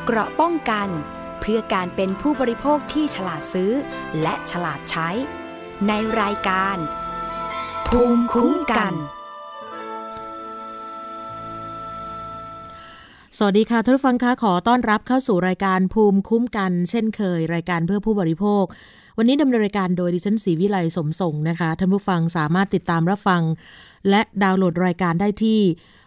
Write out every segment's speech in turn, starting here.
เกราะป้องกันเพื่อการเป็นผู้บริโภคที่ฉลาดซื้อและฉลาดใช้ในรายการภูมิคุ้มกันสวัสดีค่ะท่านผู้ฟังคะขอต้อนรับเข้าสู่รายการภูมิคุ้มกันเช่นเคยรายการเพื่อผู้บริโภควันนี้ดำเนินรายการโดยดิฉันศรีวิไลสมทรงนะคะท่านผู้ฟังสามารถติดตามรับฟังและดาวน์โหลดรายการได้ที่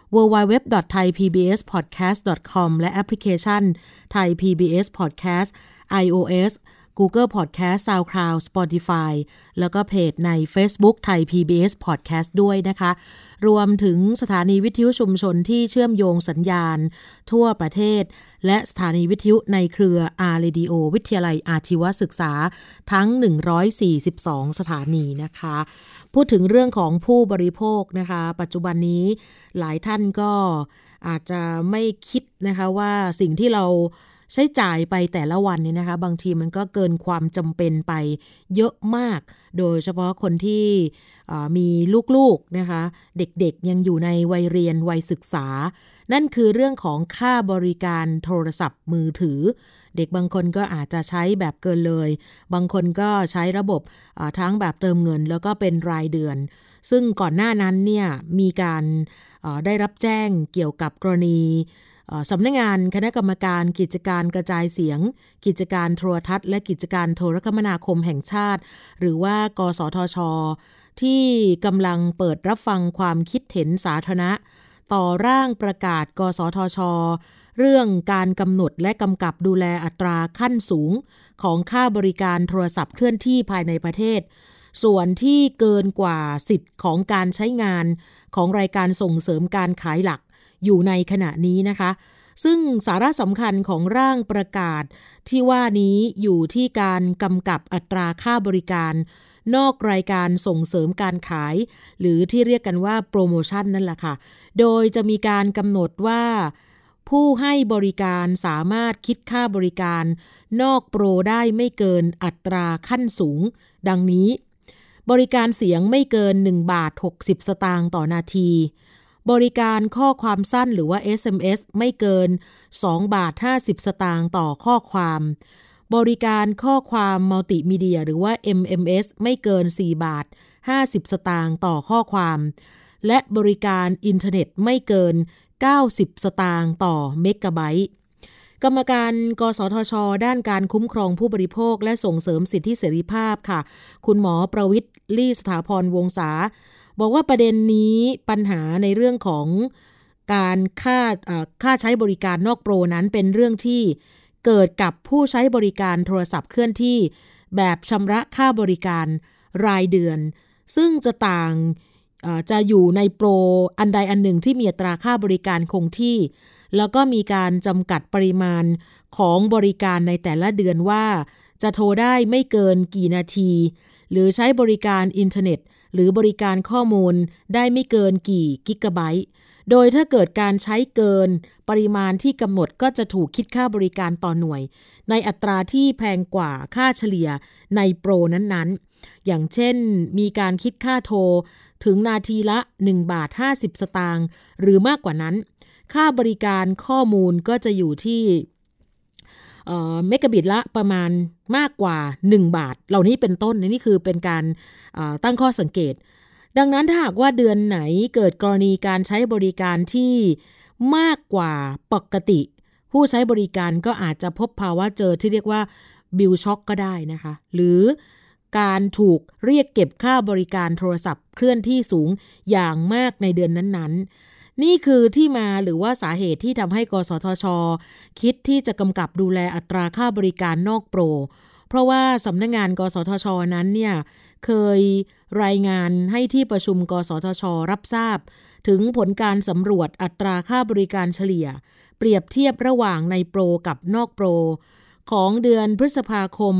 www.thaipbspodcast.com และแอปพลิเคชัน Thai PBS Podcast iOS Google Podcast SoundCloud Spotify แล้วก็เพจใน Facebook Thai PBS Podcast ด้วยนะคะรวมถึงสถานีวิทยุชุมชนที่เชื่อมโยงสัญญาณทั่วประเทศและสถานีวิทยุในเครือ R-Radio วิทยาลัยอาชีวศึกษาทั้ง142สถานีนะคะพูดถึงเรื่องของผู้บริโภคนะคะปัจจุบันนี้หลายท่านก็อาจจะไม่คิดนะคะว่าสิ่งที่เราใช้จ่ายไปแต่ละวันเนี่ยนะคะบางทีมันก็เกินความจำเป็นไปเยอะมากโดยเฉพาะคนที่มีลูกๆนะคะเด็กๆยังอยู่ในวัยเรียนวัยศึกษานั่นคือเรื่องของค่าบริการโทรศัพท์มือถือเด็กบางคนก็อาจจะใช้แบบเกินเลยบางคนก็ใช้ระบบทั้งแบบเติมเงินแล้วก็เป็นรายเดือนซึ่งก่อนหน้านั้นเนี่ยมีการได้รับแจ้งเกี่ยวกับกรณีสำนักงานคณะกรรมการกิจการกระจายเสียงกิจการโทรทัศน์และกิจการโทรคมนาคมแห่งชาติหรือว่ากสทช.ที่กำลังเปิดรับฟังความคิดเห็นสาธารณะต่อร่างประกาศกสทช.เรื่องการกำหนดและกำกับดูแลอัตราขั้นสูงของค่าบริการโทรศัพท์เคลื่อนที่ภายในประเทศส่วนที่เกินกว่าสิทธิ์ของการใช้งานของรายการส่งเสริมการขายหลักอยู่ในขณะนี้นะคะซึ่งสาระสำคัญของร่างประกาศที่ว่านี้อยู่ที่การกำกับอัตราค่าบริการนอกรายการส่งเสริมการขายหรือที่เรียกกันว่าโปรโมชั่นนั่นแหละค่ะโดยจะมีการกำหนดว่าผู้ให้บริการสามารถคิดค่าบริการนอกโปรได้ไม่เกินอัตราขั้นสูงดังนี้บริการเสียงไม่เกิน1 บาท 60 สตางค์ต่อนาทีบริการข้อความสั้นหรือว่า SMS ไม่เกิน2 บาท 50 สตางค์ต่อข้อความบริการข้อความมัลติมีเดียหรือว่า MMS ไม่เกิน4 บาท 50 สตางค์ต่อข้อความและบริการอินเทอร์เน็ตไม่เกิน90 สตางค์ต่อเมกะไบต์กรรมการกสทช.ด้านการคุ้มครองผู้บริโภคและส่งเสริมสิทธิเสรีภาพค่ะคุณหมอประวิตร ลี่สถาพรวงศาบอกว่าประเด็นนี้ปัญหาในเรื่องของการค่าใช้บริการนอกโปรนั้นเป็นเรื่องที่เกิดกับผู้ใช้บริการโทรศัพท์เคลื่อนที่แบบชำระค่าบริการรายเดือนซึ่งจะต่างจะอยู่ในโปรอันใดอันหนึ่งที่มีอัตราค่าบริการคงที่แล้วก็มีการจำกัดปริมาณของบริการในแต่ละเดือนว่าจะโทรได้ไม่เกินกี่นาทีหรือใช้บริการอินเทอร์เน็ตหรือบริการข้อมูลได้ไม่เกินกี่กิกะไบต์โดยถ้าเกิดการใช้เกินปริมาณที่กำหนดก็จะถูกคิดค่าบริการต่อหน่วยในอัตราที่แพงกว่าค่าเฉลี่ยในโปรนั้นๆอย่างเช่นมีการคิดค่าโทรถึงนาทีละ1 บาท 50 สตางค์หรือมากกว่านั้นค่าบริการข้อมูลก็จะอยู่ที่เมกะบิตละประมาณมากกว่า1 บาทเหล่านี้เป็นต้นนี่คือเป็นการตั้งข้อสังเกตดังนั้นถ้าหากว่าเดือนไหนเกิดกรณีการใช้บริการที่มากกว่าปกติผู้ใช้บริการก็อาจจะพบภาวะเจอที่เรียกว่าบิลช็อคก็ได้นะคะหรือการถูกเรียกเก็บค่าบริการโทรศัพท์เคลื่อนที่สูงอย่างมากในเดือนนั้นๆนี่คือที่มาหรือว่าสาเหตุที่ทำให้กสทช.คิดที่จะกำกับดูแลอัตราค่าบริการนอกโปรเพราะว่าสำนักงานกสทช.นั้นเนี่ยเคยรายงานให้ที่ประชุมกสทช.รับทราบถึงผลการสำรวจอัตราค่าบริการเฉลี่ยเปรียบเทียบระหว่างในโปรกับนอกโปรของเดือนพฤษภาคม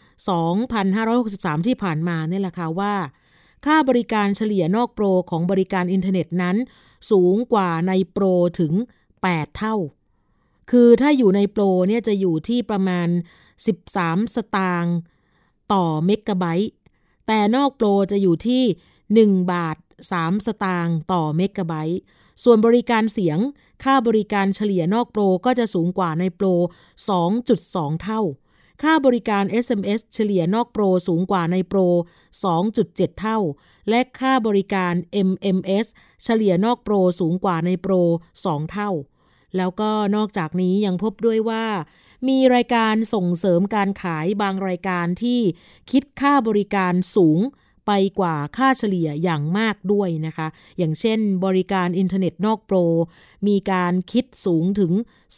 2563 ที่ผ่านมาเนี่ยแหละค่ะว่าค่าบริการเฉลี่ยนอกโปรของบริการอินเทอร์เน็ตนั้นสูงกว่าในโปรถึง8 เท่าคือถ้าอยู่ในโปรเนี่ยจะอยู่ที่ประมาณ13 สตางค์ต่อเมกะไบต์แต่นอกโปรจะอยู่ที่1 บาท 3 สตางค์ต่อเมกะไบต์ส่วนบริการเสียงค่าบริการเฉลี่ยนอกโปรก็จะสูงกว่าในโปร 2.2 เท่าค่าบริการ SMS เฉลี่ยนอกโปรสูงกว่าในโปร 2.7 เท่าและค่าบริการ MMS เฉลี่ยนอกโปรสูงกว่าในโปร 2 เท่าแล้วก็นอกจากนี้ยังพบด้วยว่ามีรายการส่งเสริมการขายบางรายการที่คิดค่าบริการสูงไปกว่าค่าเฉลี่ยอย่างมากด้วยนะคะอย่างเช่นบริการอินเทอร์เน็ตนอกโปรมีการคิดสูงถึง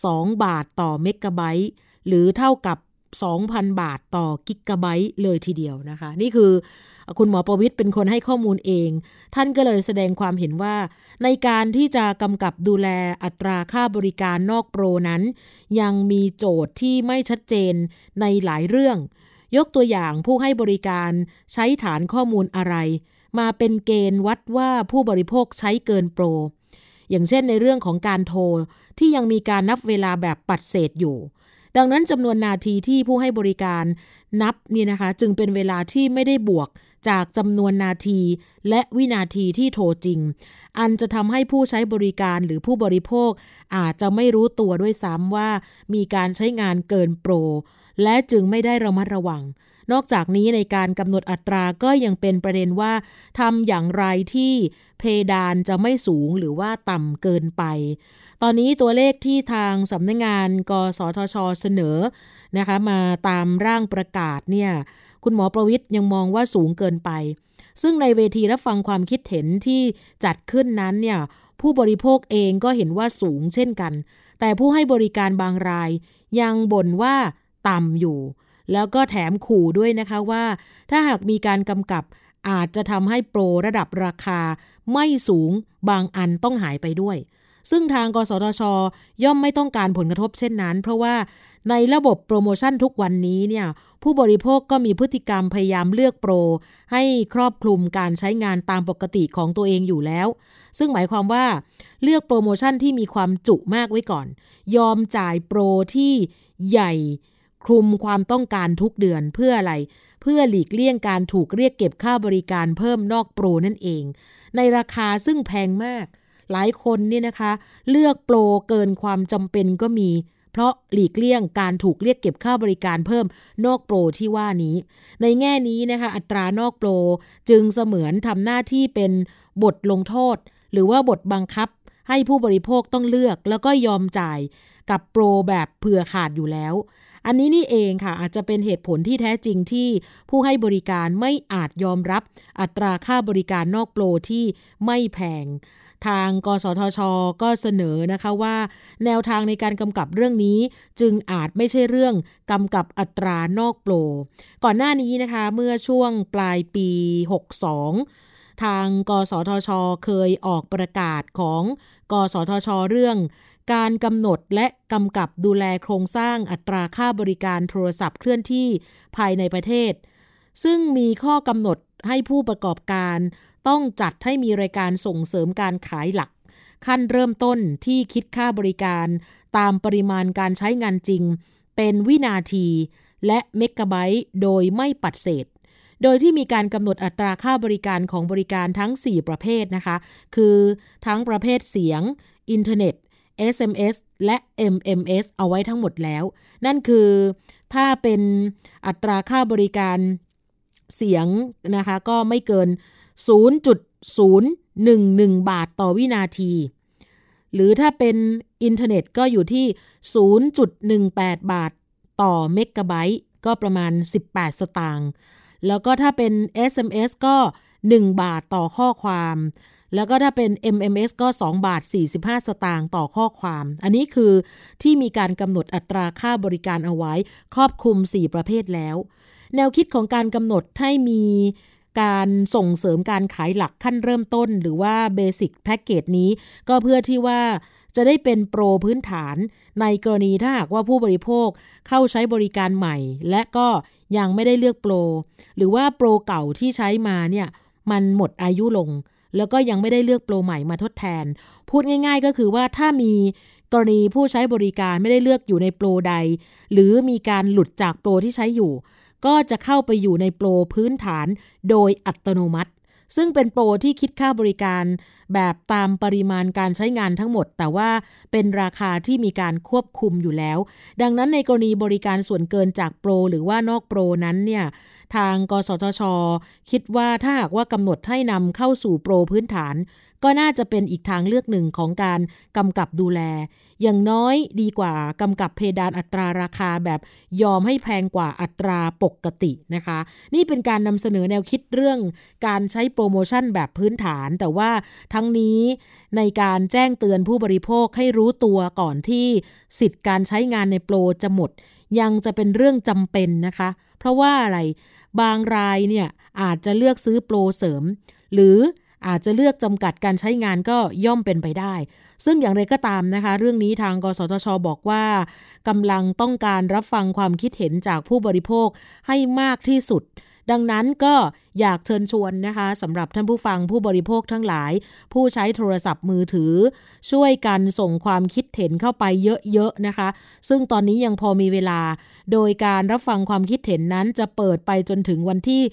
2 บาทต่อเมกะไบต์หรือเท่ากับ 2,000 บาทต่อกิกะไบต์เลยทีเดียวนะคะนี่คือคุณหมอประวิตรเป็นคนให้ข้อมูลเองท่านก็เลยแสดงความเห็นว่าในการที่จะกำกับดูแลอัตราค่าบริการนอกโปรนั้นยังมีโจทย์ที่ไม่ชัดเจนในหลายเรื่องยกตัวอย่างผู้ให้บริการใช้ฐานข้อมูลอะไรมาเป็นเกณฑ์วัดว่าผู้บริโภคใช้เกินโปรอย่างเช่นในเรื่องของการโทรที่ยังมีการนับเวลาแบบปัดเศษอยู่ดังนั้นจำนวนนาทีที่ผู้ให้บริการนับนี่นะคะจึงเป็นเวลาที่ไม่ได้บวกจากจำนวนนาทีและวินาทีที่โทรจริงอันจะทำให้ผู้ใช้บริการหรือผู้บริโภคอาจจะไม่รู้ตัวด้วยซ้ำว่ามีการใช้งานเกินโปรและจึงไม่ได้ระมัดระวังนอกจากนี้ในการกำหนดอัตราก็ยังเป็นประเด็นว่าทำอย่างไรที่เพดานจะไม่สูงหรือว่าต่ำเกินไปตอนนี้ตัวเลขที่ทางสำนักงานกสทช.เสนอนะคะมาตามร่างประกาศเนี่ยคุณหมอประวิตรยังมองว่าสูงเกินไปซึ่งในเวทีรับฟังความคิดเห็นที่จัดขึ้นนั้นเนี่ยผู้บริโภคเองก็เห็นว่าสูงเช่นกันแต่ผู้ให้บริการบางรายยังบ่นว่าต่ำอยู่แล้วก็แถมขู่ด้วยนะคะว่าถ้าหากมีการกำกับอาจจะทำให้โปรระดับราคาไม่สูงบางอันต้องหายไปด้วยซึ่งทางกสทช.ย่อมไม่ต้องการผลกระทบเช่นนั้นเพราะว่าในระบบโปรโมชั่นทุกวันนี้เนี่ยผู้บริโภคก็มีพฤติกรรมพยายามเลือกโปรให้ครอบคลุมการใช้งานตามปกติของตัวเองอยู่แล้วซึ่งหมายความว่าเลือกโปรโมชั่นที่มีความจุมากไว้ก่อนยอมจ่ายโปรที่ใหญ่คลุมความต้องการทุกเดือนเพื่ออะไรเพื่อหลีกเลี่ยงการถูกเรียกเก็บค่าบริการเพิ่มนอกโปรนั่นเองในราคาซึ่งแพงมากหลายคนเนี่ยนะคะเลือกโปรเกินความจำเป็นก็มีเพราะหลีกเลี่ยงการถูกเรียกเก็บค่าบริการเพิ่มนอกโปรที่ว่านี้ในแง่นี้นะคะอัตรานอกโปรจึงเสมือนทำหน้าที่เป็นบทลงโทษหรือว่าบทบังคับให้ผู้บริโภคต้องเลือกแล้วก็ยอมจ่ายกับโปรแบบเผื่อขาดอยู่แล้วอันนี้นี่เองค่ะอาจจะเป็นเหตุผลที่แท้จริงที่ผู้ให้บริการไม่อาจยอมรับอัตราค่าบริการนอกโปรที่ไม่แพงทางกสทช.ก็เสนอนะคะว่าแนวทางในการกำกับเรื่องนี้จึงอาจไม่ใช่เรื่องกำกับอัตรานอกโปรก่อนหน้านี้นะคะเมื่อช่วงปลายปี 62ทางกสทช.เคยออกประกาศของกสทช.เรื่องการกำหนดและกำกับดูแลโครงสร้างอัตราค่าบริการโทรศัพท์เคลื่อนที่ภายในประเทศซึ่งมีข้อกำหนดให้ผู้ประกอบการต้องจัดให้มีรายการส่งเสริมการขายหลักขั้นเริ่มต้นที่คิดค่าบริการตามปริมาณการใช้งานจริงเป็นวินาทีและเมกะไบต์โดยไม่ปัดเศษโดยที่มีการกำหนดอัตราค่าบริการของบริการทั้ง4ประเภทนะคะคือทั้งประเภทเสียงอินเทอร์เน็ตSMS และ MMS เอาไว้ทั้งหมดแล้วนั่นคือถ้าเป็นอัตราค่าบริการเสียงนะคะก็ไม่เกิน 0.011 บาทต่อวินาทีหรือถ้าเป็นอินเทอร์เน็ตก็อยู่ที่ 0.18 บาทต่อเมกะไบต์ก็ประมาณ18สตางค์แล้วก็ถ้าเป็น SMS ก็1บาทต่อข้อความแล้วก็ถ้าเป็น MMS ก็2บาท45สตางค์ต่อข้อความอันนี้คือที่มีการกำหนดอัตราค่าบริการเอาไว้ครอบคลุม4ประเภทแล้วแนวคิดของการกำหนดให้มีการส่งเสริมการขายหลักขั้นเริ่มต้นหรือว่าเบสิกแพ็คเกจนี้ก็เพื่อที่ว่าจะได้เป็นโปรพื้นฐานในกรณีถ้าหากว่าผู้บริโภคเข้าใช้บริการใหม่และก็ยังไม่ได้เลือกโปรหรือว่าโปรเก่าที่ใช้มาเนี่ยมันหมดอายุลงแล้วก็ยังไม่ได้เลือกโปรใหม่มาทดแทนพูดง่ายๆก็คือว่าถ้ามีกรณีผู้ใช้บริการไม่ได้เลือกอยู่ในโปรใดหรือมีการหลุดจากโปรที่ใช้อยู่ก็จะเข้าไปอยู่ในโปรพื้นฐานโดยอัตโนมัติซึ่งเป็นโปรที่คิดค่าบริการแบบตามปริมาณการใช้งานทั้งหมดแต่ว่าเป็นราคาที่มีการควบคุมอยู่แล้วดังนั้นในกรณีบริการส่วนเกินจากโปรหรือว่านอกโปรนั้นเนี่ยทางกสทช.คิดว่าถ้าหากว่ากำหนดให้นำเข้าสู่โปรพื้นฐานก็น่าจะเป็นอีกทางเลือกหนึ่งของการกำกับดูแลอย่างน้อยดีกว่ากำกับเพดานอัตราราคาแบบยอมให้แพงกว่าอัตราปกตินะคะนี่เป็นการนำเสนอแนวคิดเรื่องการใช้โปรโมชั่นแบบพื้นฐานแต่ว่าทั้งนี้ในการแจ้งเตือนผู้บริโภคให้รู้ตัวก่อนที่สิทธิ์การใช้งานในโปรจะหมดยังจะเป็นเรื่องจำเป็นนะคะเพราะว่าอะไรบางรายเนี่ยอาจจะเลือกซื้อโปรเสริมหรืออาจจะเลือกจำกัดการใช้งานก็ย่อมเป็นไปได้ซึ่งอย่างไรก็ตามนะคะเรื่องนี้ทางกสทช.บอกว่ากำลังต้องการรับฟังความคิดเห็นจากผู้บริโภคให้มากที่สุดดังนั้นก็อยากเชิญชวนนะคะสำหรับท่านผู้ฟังผู้บริโภคทั้งหลายผู้ใช้โทรศัพท์มือถือช่วยกันส่งความคิดเห็นเข้าไปเยอะๆนะคะซึ่งตอนนี้ยังพอมีเวลาโดยการรับฟังความคิดเห็นนั้นจะเปิดไปจนถึงวันที่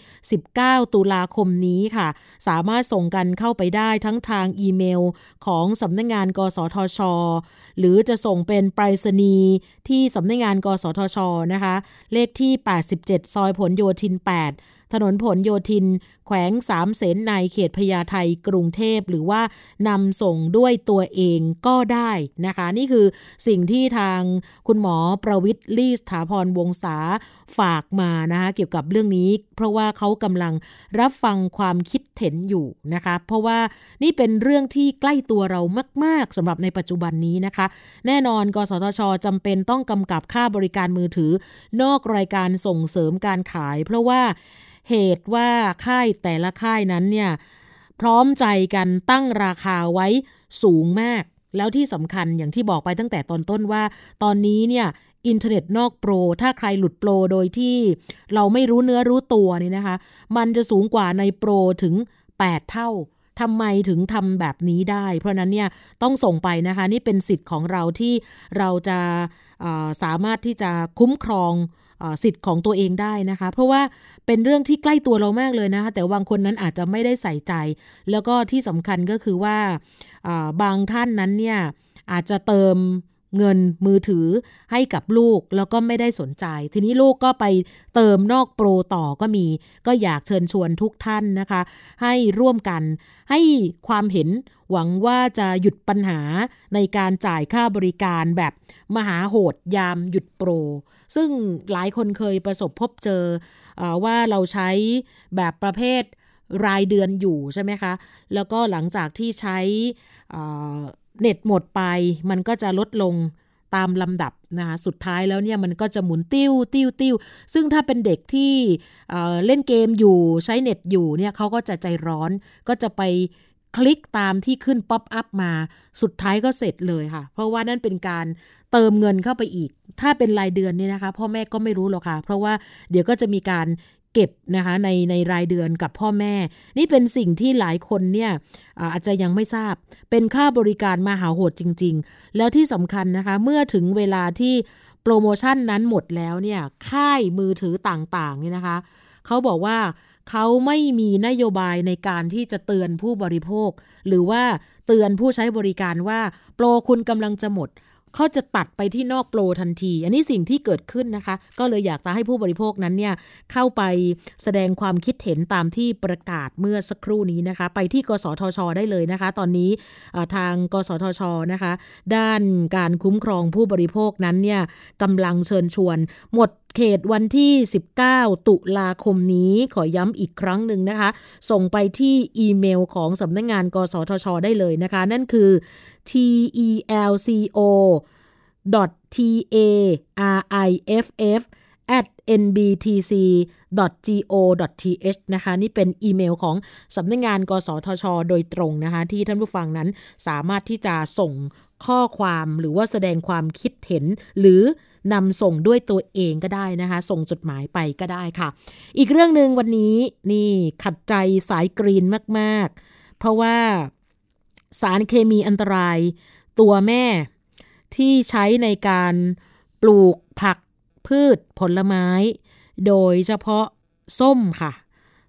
19ตุลาคมนี้ค่ะสามารถส่งกันเข้าไปได้ทั้งทางอีเมลของสำนักงานกสทช.หรือจะส่งเป็นไปรษณีย์ที่สำนักงานกสทช.นะคะเลขที่87ซอยผลโยธิน8ถนนผลโยธินแขวงสามเสนในเขตพญาไทกรุงเทพหรือว่านำส่งด้วยตัวเองก็ได้นะคะนี่คือสิ่งที่ทางคุณหมอประวิตร ลี่สถาพรวงศาฝากมานะคะเกี่ยวกับเรื่องนี้เพราะว่าเขากำลังรับฟังความคิดเห็นอยู่นะคะเพราะว่านี่เป็นเรื่องที่ใกล้ตัวเรามากๆสำหรับในปัจจุบันนี้นะคะแน่นอนกสทช.จำเป็นต้องกำกับค่าบริการมือถือนอกรายการส่งเสริมการขายเพราะว่าเหตุว่าค่ายแต่ละค่ายนั้นเนี่ยพร้อมใจกันตั้งราคาไว้สูงมากแล้วที่สำคัญอย่างที่บอกไปตั้งแต่ตอนต้นว่าตอนนี้เนี่ยอินเทอร์เน็ตนอกโปรถ้าใครหลุดโปรโดยที่เราไม่รู้เนื้อรู้ตัวนี่นะคะมันจะสูงกว่าในโปรถึง8 เท่าทำไมถึงทำแบบนี้ได้เพราะนั้นเนี่ยต้องส่งไปนะคะนี่เป็นสิทธิ์ของเราที่เราจะสามารถที่จะคุ้มครองสิทธิ์ของตัวเองได้นะคะเพราะว่าเป็นเรื่องที่ใกล้ตัวเรามากเลยนะคะแต่บางคนนั้นอาจจะไม่ได้ใส่ใจแล้วก็ที่สำคัญก็คือว่าบางท่านนั้นเนี่ยอาจจะเติมเงินมือถือให้กับลูกแล้วก็ไม่ได้สนใจทีนี้ลูกก็ไปเติมนอกโปรต่อก็มีก็อยากเชิญชวนทุกท่านนะคะให้ร่วมกันให้ความเห็นหวังว่าจะหยุดปัญหาในการจ่ายค่าบริการแบบมหาโหดยามหยุดโปรซึ่งหลายคนเคยประสบพบเจอว่าเราใช้แบบประเภทรายเดือนอยู่ใช่ไหมคะแล้วก็หลังจากที่ใช้เน็ตหมดไปมันก็จะลดลงตามลำดับนะคะสุดท้ายแล้วเนี่ยมันก็จะหมุนติ้วซึ่งถ้าเป็นเด็กที่เล่นเกมอยู่ใช้เน็ตอยู่เนี่ยเขาก็จะใจร้อนก็จะไปคลิกตามที่ขึ้นป๊อปอัพมาสุดท้ายก็เสร็จเลยค่ะเพราะว่านั่นเป็นการเติมเงินเข้าไปอีกถ้าเป็นรายเดือนเนี่ยนะคะพ่อแม่ก็ไม่รู้หรอกค่ะเพราะว่าเดี๋ยวก็จะมีการเก็บนะคะในรายเดือนกับพ่อแม่นี่เป็นสิ่งที่หลายคนเนี่ยอาจจะยังไม่ทราบเป็นค่าบริการมหาโหดจริงๆแล้วที่สำคัญนะคะเมื่อถึงเวลาที่โปรโมชั่นนั้นหมดแล้วเนี่ยค่ายมือถือต่างๆนี่นะคะเขาบอกว่าเขาไม่มีนโยบายในการที่จะเตือนผู้บริโภคหรือว่าเตือนผู้ใช้บริการว่าโปรคุณกำลังจะหมดเขาจะตัดไปที่นอกโปรทันทีอันนี้สิ่งที่เกิดขึ้นนะคะก็เลยอยากจะให้ผู้บริโภคนั้นเนี่ยเข้าไปแสดงความคิดเห็นตามที่ประกาศเมื่อสักครู่นี้นะคะไปที่กสทช.ได้เลยนะคะตอนนี้ทางกสทช.นะคะด้านการคุ้มครองผู้บริโภคนั้นเนี่ยกำลังเชิญชวนหมดเขตวันที่19ตุลาคมนี้ขอย้ำอีกครั้งหนึ่งนะคะส่งไปที่อีเมลของสำนักงานกสทช.ได้เลยนะคะนั่นคือ telco.tariff@nbtc.go.th นะคะนี่เป็นอีเมลของสำนักงานกสทช.โดยตรงนะคะที่ท่านผู้ฟังนั้นสามารถที่จะส่งข้อความหรือว่าแสดงความคิดเห็นหรือนำส่งด้วยตัวเองก็ได้นะคะส่งจดหมายไปก็ได้ค่ะอีกเรื่องนึงวันนี้นี่ขัดใจสายกรีนมากๆเพราะว่าสารเคมีอันตรายตัวแม่ที่ใช้ในการปลูกผักพืชผลไม้โดยเฉพาะส้มค่ะ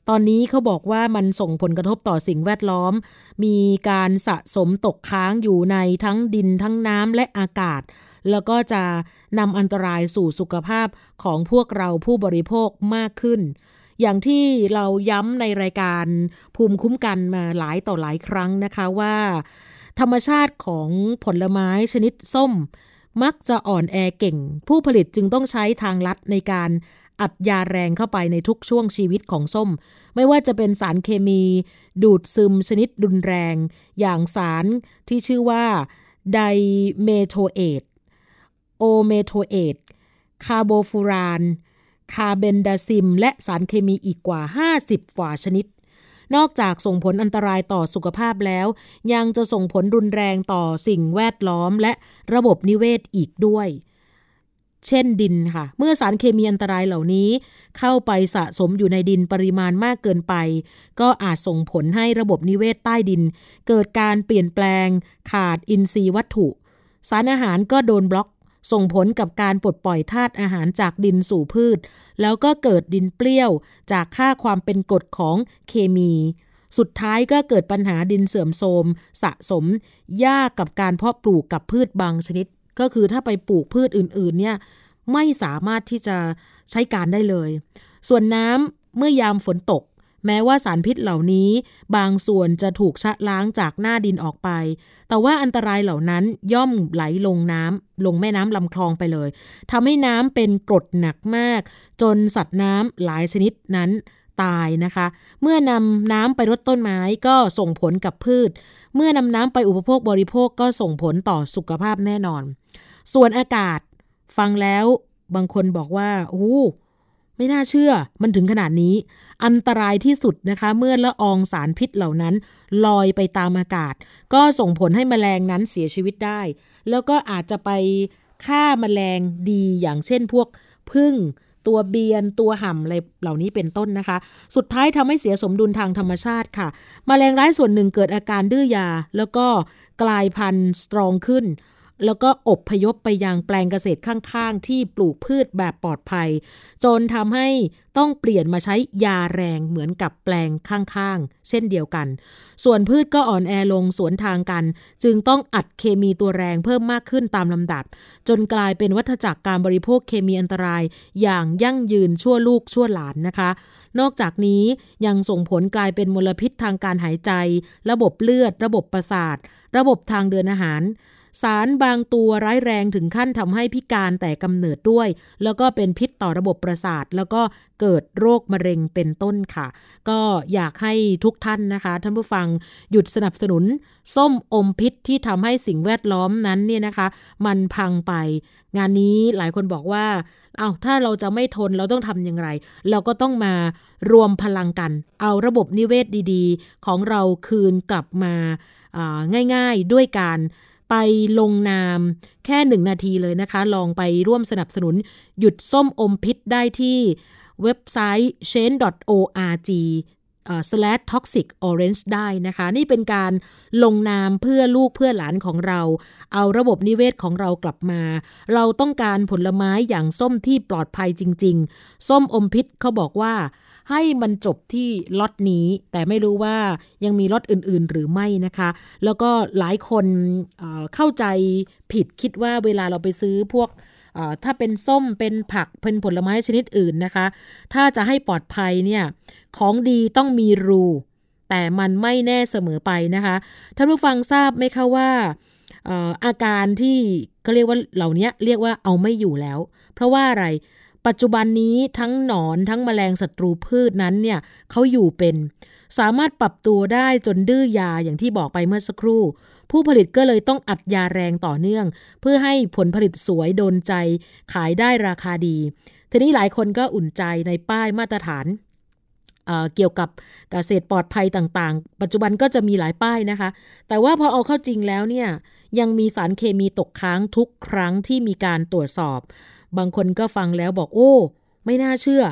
ตอนนี้เขาบอกว่ามันส่งผลกระทบต่อสิ่งแวดล้อมมีการสะสมตกค้างอยู่ในทั้งดินทั้งน้ำและอากาศแล้วก็จะนำอันตรายสู่สุขภาพของพวกเราผู้บริโภคมากขึ้นอย่างที่เราย้ำในรายการภูมิคุ้มกันมาหลายต่อหลายครั้งนะคะว่าธรรมชาติของผลไม้ชนิดส้มมักจะอ่อนแอเก่งผู้ผลิตจึงต้องใช้ทางลัดในการอัดยาแรงเข้าไปในทุกช่วงชีวิตของส้มไม่ว่าจะเป็นสารเคมีดูดซึมชนิดรุนแรงอย่างสารที่ชื่อว่าไดเมโทเอทโอเมโทเอทคาร์โบฟูรานคาเบนดาซิมและสารเคมีอีกกว่า50กว่าชนิดนอกจากส่งผลอันตรายต่อสุขภาพแล้วยังจะส่งผลรุนแรงต่อสิ่งแวดล้อมและระบบนิเวศอีกด้วยเช่นดินค่ะเมื่อสารเคมีอันตรายเหล่านี้เข้าไปสะสมอยู่ในดินปริมาณมากเกินไปก็อาจส่งผลให้ระบบนิเวศใต้ดินเกิดการเปลี่ยนแปลงขาดอินทรีย์วัตถุสารอาหารก็โดนบล็อกส่งผลกับการปลดปล่อยธาตุอาหารจากดินสู่พืชแล้วก็เกิดดินเปรี้ยวจากค่าความเป็นกรดของเคมีสุดท้ายก็เกิดปัญหาดินเสื่อมโทรมสะสมยากกับการเพาะปลูกกับพืชบางชนิดก็คือถ้าไปปลูกพืชอื่นๆเนี่ยไม่สามารถที่จะใช้การได้เลยส่วนน้ำเมื่อยามฝนตกแม้ว่าสารพิษเหล่านี้บางส่วนจะถูกชะล้างจากหน้าดินออกไปแต่ว่าอันตรายเหล่านั้นย่อมไหลลงแม่น้ำลำคลองไปเลยทำให้น้ำเป็นกรดหนักมากจนสัตว์น้ำหลายชนิดนั้นตายนะคะเมื่อนำน้ำไปรดต้นไม้ก็ส่งผลกับพืชเมื่อนำน้ำไปอุปโภคบริโภคก็ส่งผลต่อสุขภาพแน่นอนส่วนอากาศฟังแล้วบางคนบอกว่าไม่น่าเชื่อมันถึงขนาดนี้อันตรายที่สุดนะคะเมื่อละอองสารพิษเหล่านั้นลอยไปตามอากาศก็ส่งผลให้แมลงนั้นเสียชีวิตได้แล้วก็อาจจะไปฆ่าแมลงดีอย่างเช่นพวกผึ้งตัวเบียนตัวห่ำอะไรเหล่านี้เป็นต้นนะคะสุดท้ายทำให้เสียสมดุลทางธรรมชาติค่ะแมลงร้ายส่วนหนึ่งเกิดอาการดื้อยาแล้วก็กลายพันธุ์สตรองขึ้นแล้วก็อพยพไปยังแปลงเกษตรข้างๆที่ปลูกพืชแบบปลอดภัยจนทำให้ต้องเปลี่ยนมาใช้ยาแรงเหมือนกับแปลงข้างๆเช่นเดียวกันส่วนพืชก็อ่อนแอลงสวนทางกันจึงต้องอัดเคมีตัวแรงเพิ่มมากขึ้นตามลำดับจนกลายเป็นวัฏจักรการบริโภคเคมีอันตรายอย่างยั่งยืนชั่วลูกชั่วหลานนะคะนอกจากนี้ยังส่งผลกลายเป็นมลพิษทางการหายใจระบบเลือดระบบประสาทระบบทางเดินอาหารสารบางตัวร้ายแรงถึงขั้นทำให้พิการแต่กำเนิดด้วยแล้วก็เป็นพิษต่อระบบประสาทแล้วก็เกิดโรคมะเร็งเป็นต้นค่ะก็อยากให้ทุกท่านนะคะท่านผู้ฟังหยุดสนับสนุนส้มอมพิษที่ทำให้สิ่งแวดล้อมนั้นเนี่ยนะคะมันพังไปงานนี้หลายคนบอกว่าถ้าเราจะไม่ทนเราต้องทำอย่างไรเราก็ต้องมารวมพลังกันเอาระบบนิเวศดีๆของเราคืนกลับมาง่ายๆด้วยการไปลงนามแค่1นาทีเลยนะคะลองไปร่วมสนับสนุนหยุดส้มอมพิษได้ที่เว็บไซต์ change.org/toxicorange ได้นะคะนี่เป็นการลงนามเพื่อลูกเพื่อหลานของเราเอาระบบนิเวศของเรากลับมาเราต้องการผลไม้อย่างส้มที่ปลอดภัยจริงๆส้มอมพิษเขาบอกว่าให้มันจบที่ล็อตนี้แต่ไม่รู้ว่ายังมีล็อตอื่นๆหรือไม่นะคะแล้วก็หลายคนเข้าใจผิดคิดว่าเวลาเราไปซื้อพวกถ้าเป็นส้มเป็นผักเป็นผลไม้ชนิดอื่นนะคะถ้าจะให้ปลอดภัยเนี่ยของดีต้องมีรูแต่มันไม่แน่เสมอไปนะคะท่านผู้ฟังทราบไหมคะว่าอาการที่เขาเรียกว่าเหล่านี้เรียกว่าเอาไม่อยู่แล้วเพราะว่าอะไรปัจจุบันนี้ทั้งหนอนทั้งแมลงศัตรูพืชนั้นเนี่ยเขาอยู่เป็นสามารถปรับตัวได้จนดื้อยาอย่างที่บอกไปเมื่อสักครู่ผู้ผลิตก็เลยต้องอัดยาแรงต่อเนื่องเพื่อให้ผลผลิตสวยโดนใจขายได้ราคาดีทีนี้หลายคนก็อุ่นใจในป้ายมาตรฐานเกี่ยวกับเกษตรปลอดภัยต่างๆปัจจุบันก็จะมีหลายป้ายนะคะแต่ว่าพอเอาเข้าจริงแล้วเนี่ยยังมีสารเคมีตกค้างทุกครั้งที่มีการตรวจสอบบางคนก็ฟังแล้วบอกไม่น่าเชื่อ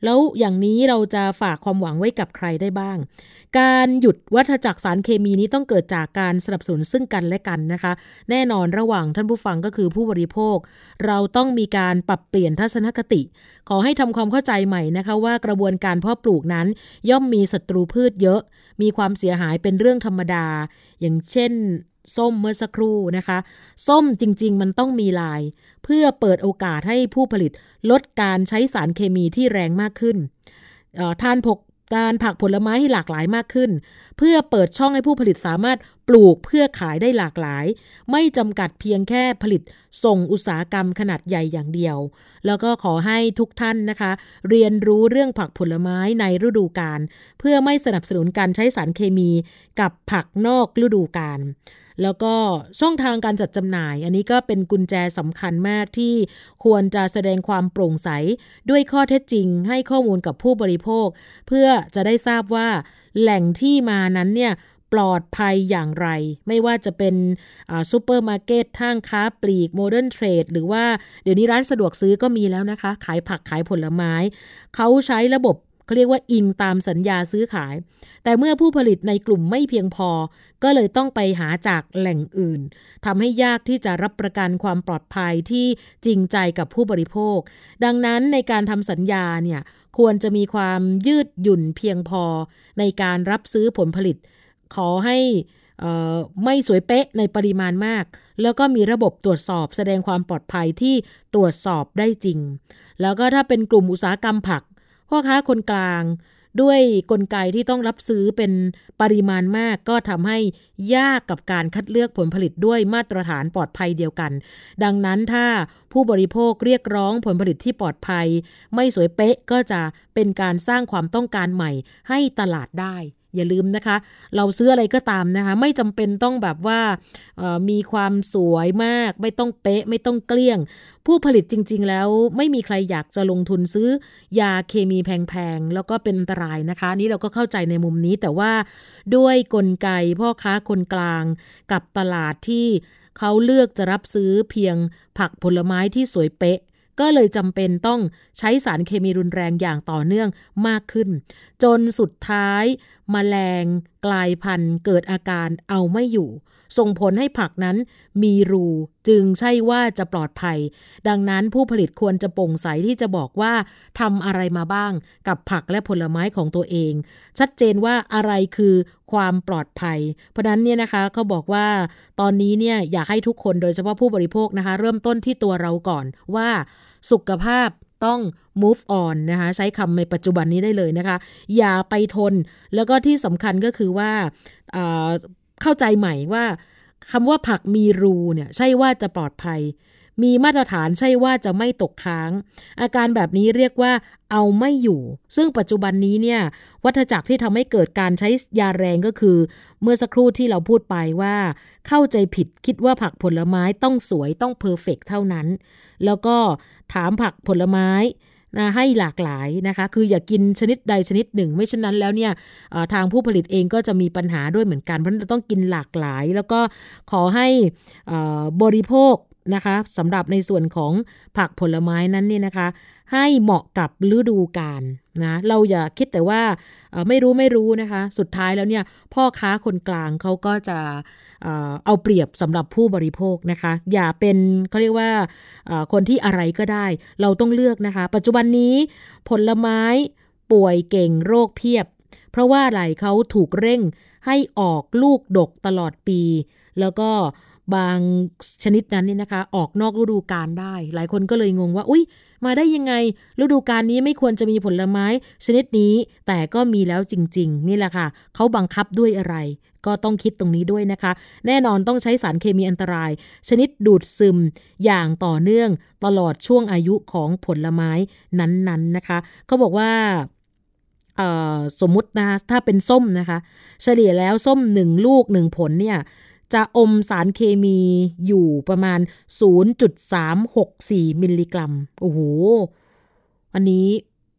แล้วอย่างนี้เราจะฝากความหวังไว้กับใครได้บ้างการหยุดวัฏจักรสารเคมีนี้ต้องเกิดจากการสนับสนุนซึ่งกันและกันนะคะแน่นอนระหว่างท่านผู้ฟังก็คือผู้บริโภคเราต้องมีการปรับเปลี่ยนทัศนคติขอให้ทำความเข้าใจใหม่นะคะว่ากระบวนการเพาะปลูกนั้นย่อมมีศัตรูพืชเยอะมีความเสียหายเป็นเรื่องธรรมดาอย่างเช่นส้มเมื่อสักครู่นะคะส้มจริงๆมันต้องมีลายเพื่อเปิดโอกาสให้ผู้ผลิตลดการใช้สารเคมีที่แรงมากขึ้นทานผักผลไม้ให้หลากหลายมากขึ้นเพื่อเปิดช่องให้ผู้ผลิตสามารถปลูกเพื่อขายได้หลากหลายไม่จำกัดเพียงแค่ผลิตส่งอุตสาหกรรมขนาดใหญ่อย่างเดียวแล้วก็ขอให้ทุกท่านนะคะเรียนรู้เรื่องผักผลไม้ในฤดูกาลเพื่อไม่สนับสนุนการใช้สารเคมีกับผักนอกฤดูกาลแล้วก็ช่องทางการจัดจำหน่ายอันนี้ก็เป็นกุญแจสำคัญมากที่ควรจะแสดงความโปร่งใสด้วยข้อเท็จจริงให้ข้อมูลกับผู้บริโภคเพื่อจะได้ทราบว่าแหล่งที่มานั้นเนี่ยปลอดภัยอย่างไรไม่ว่าจะเป็นซูเปอร์มาร์เก็ตห้างค้าปลีกโมเดิร์นเทรดหรือว่าเดี๋ยวนี้ร้านสะดวกซื้อก็มีแล้วนะคะขายผักขายผลไม้เขาใช้ระบบเขาเรียกว่าอิงตามสัญญาซื้อขายแต่เมื่อผู้ผลิตในกลุ่มไม่เพียงพอก็เลยต้องไปหาจากแหล่งอื่นทำให้ยากที่จะรับประกันความปลอดภัยที่จริงใจกับผู้บริโภคดังนั้นในการทำสัญญาเนี่ยควรจะมีความยืดหยุ่นเพียงพอในการรับซื้อผลผลิตขอให้ไม่สวยเป๊ะในปริมาณมากแล้วก็มีระบบตรวจสอบแสดงความปลอดภัยที่ตรวจสอบได้จริงแล้วก็ถ้าเป็นกลุ่มอุตสาหกรรมผักพ่อค้าคนกลางด้วยกลไกที่ต้องรับซื้อเป็นปริมาณมากก็ทำให้ยากกับการคัดเลือกผลผลิตด้วยมาตรฐานปลอดภัยเดียวกันดังนั้นถ้าผู้บริโภคเรียกร้องผลผลิตที่ปลอดภัยไม่สวยเป๊ะก็จะเป็นการสร้างความต้องการใหม่ให้ตลาดได้อย่าลืมนะคะเราซื้ออะไรก็ตามนะคะไม่จำเป็นต้องแบบว่ามีความสวยมากไม่ต้องเป๊ะไม่ต้องเกลี้ยงผู้ผลิตจริงๆแล้วไม่มีใครอยากจะลงทุนซื้อยาเคมีแพงๆแล้วก็เป็นอันตรายนะคะนี่เราก็เข้าใจในมุมนี้แต่ว่าด้วยกลไกพ่อค้าคนกลางกับตลาดที่เขาเลือกจะรับซื้อเพียงผักผลไม้ที่สวยเป๊ะก็เลยจำเป็นต้องใช้สารเคมีรุนแรงอย่างต่อเนื่องมากขึ้นจนสุดท้ายแมลงกลายพันธุ์เกิดอาการเอาไม่อยู่ส่งผลให้ผักนั้นมีรูจึงใช่ว่าจะปลอดภัยดังนั้นผู้ผลิตควรจะโปร่งใสที่จะบอกว่าทำอะไรมาบ้างกับผักและผลไม้ของตัวเองชัดเจนว่าอะไรคือความปลอดภัยเพราะนั้นเนี่ยนะคะเขาบอกว่าตอนนี้เนี่ยอยากให้ทุกคนโดยเฉพาะผู้บริโภคนะคะเริ่มต้นที่ตัวเราก่อนว่าสุขภาพต้อง move on นะคะใช้คำในปัจจุบันนี้ได้เลยนะคะอย่าไปทนแล้วก็ที่สำคัญก็คือว่าเข้าใจใหม่ว่าคำว่าผักมีรูเนี่ยใช่ว่าจะปลอดภัยมีมาตรฐานใช่ว่าจะไม่ตกค้างอาการแบบนี้เรียกว่าเอาไม่อยู่ซึ่งปัจจุบันนี้เนี่ยวัฏจักรที่ทำให้เกิดการใช้ยาแรงก็คือเมื่อสักครู่ที่เราพูดไปว่าเข้าใจผิดคิดว่าผักผลไม้ต้องสวยต้องเพอร์เฟกต์เท่านั้นแล้วก็ถามผักผลไม้นะให้หลากหลายนะคะคืออย่ากินชนิดใดชนิดหนึ่งไม่เช่นนั้นแล้วเนี่ยทางผู้ผลิตเองก็จะมีปัญหาด้วยเหมือนกันเพราะฉะนั้นเราต้องกินหลากหลายแล้วก็ขอให้บริโภคนะคะสำหรับในส่วนของผักผลไม้นั้นเนี่ยนะคะให้เหมาะกับฤดูกาลนะเราอย่าคิดแต่ว่าไม่รู้นะคะสุดท้ายแล้วเนี่ยพ่อค้าคนกลางเขาก็จะเอาเปรียบสำหรับผู้บริโภคนะคะอย่าเป็นเขาเรียกว่าคนที่อะไรก็ได้เราต้องเลือกนะคะปัจจุบันนี้ผลไม้ป่วยเก่งโรคเพียบเพราะว่าอะไรเขาถูกเร่งให้ออกลูกดกตลอดปีแล้วก็บางชนิดนั้นนี่นะคะออกนอกฤดูกาลได้หลายคนก็เลยงงว่าอุ๊ยมาได้ยังไงฤดูกาลนี้ไม่ควรจะมีผลไม้ชนิดนี้แต่ก็มีแล้วจริงๆนี่แหละค่ะเขาบังคับด้วยอะไรก็ต้องคิดตรงนี้ด้วยนะคะแน่นอนต้องใช้สารเคมีอันตรายชนิดดูดซึมอย่างต่อเนื่องตลอดช่วงอายุของผลไม้นั้นๆนะคะเขาบอกว่าสมมุตินะคะถ้าเป็นส้มนะคะเฉลี่ยแล้วส้ม1ลูก1ผลเนี่ยจะอมสารเคมีอยู่ประมาณ 0.364 มิลลิกรัมโอ้โหอันนี้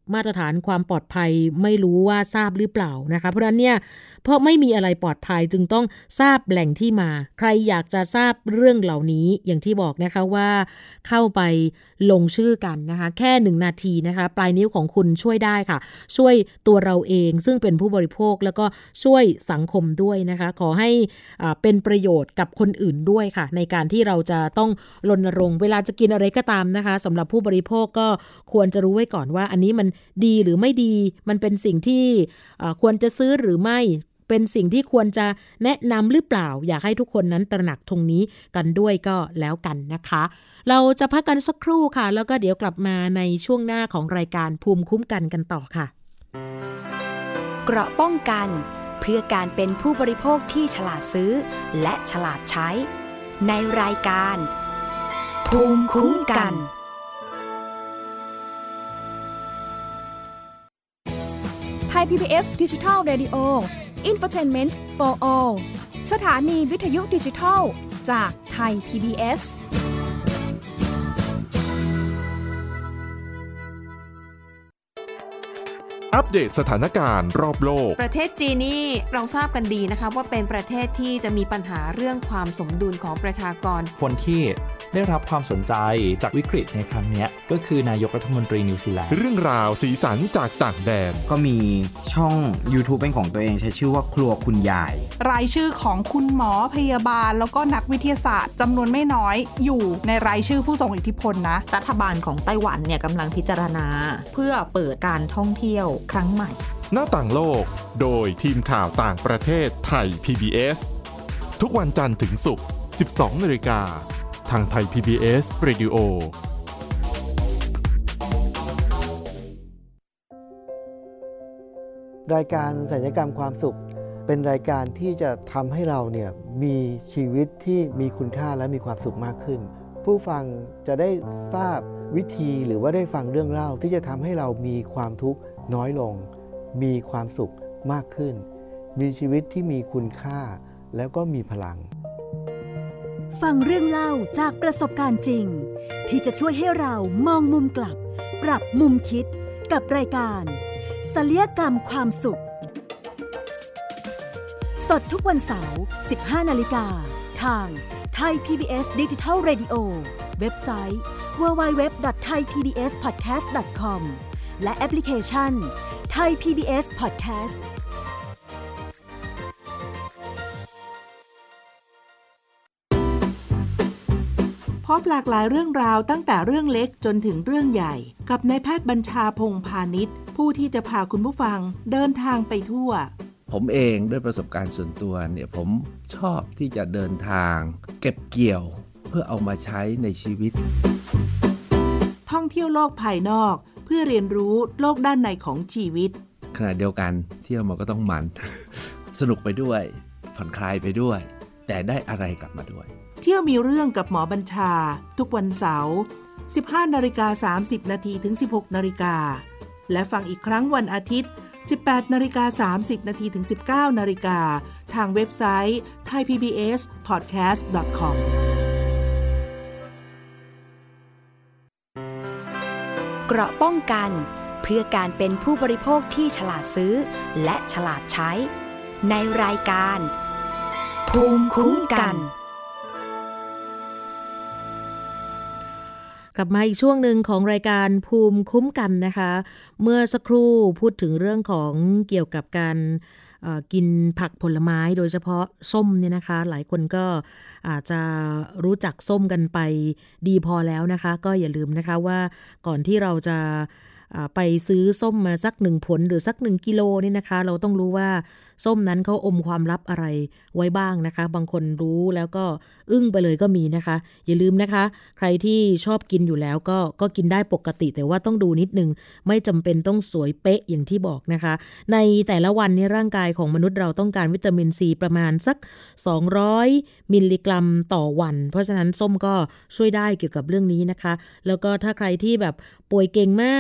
มาตรฐานความปลอดภัยไม่รู้ว่าทราบหรือเปล่านะคะเพราะฉะนั้นเนี่ยเพราะไม่มีอะไรปลอดภัยจึงต้องทราบแหล่งที่มาใครอยากจะทราบเรื่องเหล่านี้อย่างที่บอกนะคะว่าเข้าไปลงชื่อกันนะคะแค่1นาทีนะคะปลายนิ้วของคุณช่วยได้ค่ะช่วยตัวเราเองซึ่งเป็นผู้บริโภคแล้วก็ช่วยสังคมด้วยนะคะขอให้เป็นประโยชน์กับคนอื่นด้วยค่ะในการที่เราจะต้องรณรงค์เวลาจะกินอะไรก็ตามนะคะสำหรับผู้บริโภคก็ควรจะรู้ไว้ก่อนว่าอันนี้มันดีหรือไม่ดีมันเป็นสิ่งที่ควรจะซื้อหรือไม่เป็นสิ่งที่ควรจะแนะนำหรือเปล่าอยากให้ทุกคนนั้นตระหนักตรงนี้กันด้วยก็แล้วกันนะคะเราจะพักกันสักครู่ค่ะแล้วก็เดี๋ยวกลับมาในช่วงหน้าของรายการภูมิคุ้มกันกันต่อค่ะเกราะป้องกันเพื่อการเป็นผู้บริโภคที่ฉลาดซื้อและฉลาดใช้ในรายการภูมิคุ้มกันไทย PBS Digital Radio Infotainment for All สถานีวิทยุดิจิทัลจากไทย PBS อัปเดตสถานการณ์รอบโลกประเทศจีนนี่เราทราบกันดีนะคะว่าเป็นประเทศที่จะมีปัญหาเรื่องความสมดุลของประชากรคนที่ได้รับความสนใจจากวิกฤตในครั้งนี้ก็คือนายกรัฐมนตรีนิวซีแลนด์เรื่องราวสีสันจากต่างแดนก็มีช่อง YouTube เป็นของตัวเองใช้ชื่อว่าครัวคุณยายรายชื่อของคุณหมอพยาบาลแล้วก็นักวิทยาศาสตร์จำนวนไม่น้อยอยู่ในรายชื่อผู้ทรงอิทธิพลนะรัฐบาลของไต้หวันเนี่ยกำลังพิจารณาเพื่อเปิดการท่องเที่ยวครั้งใหม่หน้าต่างโลกโดยทีมข่าวต่างประเทศไทย PBS ทุกวันจันทร์ถึงศุกร์ 12:00 น.ทางไทย PBS Radio รายการศัลยกรรมความสุขเป็นรายการที่จะทำให้เราเนี่ยมีชีวิตที่มีคุณค่าและมีความสุขมากขึ้นผู้ฟังจะได้ทราบวิธีหรือว่าได้ฟังเรื่องเล่าที่จะทำให้เรามีความทุกข์น้อยลงมีความสุขมากขึ้นมีชีวิตที่มีคุณค่าแล้วก็มีพลังฟังเรื่องเล่าจากประสบการณ์จริงที่จะช่วยให้เรามองมุมกลับปรับมุมคิดกับรายการศัลยกรรมความสุขสดทุกวันเสาร์ 15:00 น.ทางไทย PBS Digital Radio เว็บไซต์ www.thaipbspodcast.com และแอปพลิเคชัน Thai PBS Podcast พบหลากหลายเรื่องราวตั้งแต่เรื่องเล็กจนถึงเรื่องใหญ่กับนายแพทย์บัญชาพงษ์พาณิชย์ผู้ที่จะพาคุณผู้ฟังเดินทางไปทั่วผมเองด้วยประสบการณ์ส่วนตัวเนี่ยผมชอบที่จะเดินทางเก็บเกี่ยวเพื่อเอามาใช้ในชีวิตท่องเที่ยวโลกภายนอกเพื่อเรียนรู้โลกด้านในของชีวิตขณะเดียวกันเที่ยวมันก็ต้องมัน สนุกไปด้วยผ่อนคลายไปด้วยแต่ได้อะไรกลับมาด้วยเที่ยวมีเรื่องกับหมอบัญชาทุกวันเสาร์ 15:30 น.ถึง 16:00 น.และฟังอีกครั้งวันอาทิตย์ 18:30 น.ถึง 19:00 น.ทางเว็บไซต์ thaipbspodcast.com เกราะป้องกันเพื่อการเป็นผู้บริโภคที่ฉลาดซื้อและฉลาดใช้ในรายการภูมิคุ้มกันกลับมาอีกช่วงหนึ่งของรายการภูมิคุ้มกันนะคะเมื่อสักครู่พูดถึงเรื่องของเกี่ยวกับการกินผักผลไม้โดยเฉพาะส้มเนี่ยนะคะหลายคนก็อาจจะรู้จักส้มกันไปดีพอแล้วนะคะก็อย่าลืมนะคะว่าก่อนที่เราจะไปซื้อส้มมาสัก1ผลหรือสัก1กิโลนี่นะคะเราต้องรู้ว่าส้มนั้นเขาอมความลับอะไรไว้บ้างนะคะบางคนรู้แล้วก็อึ้งไปเลยก็มีนะคะอย่าลืมนะคะใครที่ชอบกินอยู่แล้วก็กินได้ปกติแต่ว่าต้องดูนิดนึงไม่จำเป็นต้องสวยเป๊ะอย่างที่บอกนะคะในแต่ละวันนี้ร่างกายของมนุษย์เราต้องการวิตามินซีประมาณสัก200มิลลิกรัมต่อวันเพราะฉะนั้นส้มก็ช่วยได้เกี่ยวกับเรื่องนี้นะคะแล้วก็ถ้าใครที่แบบป่วยเก่งมากกินแต่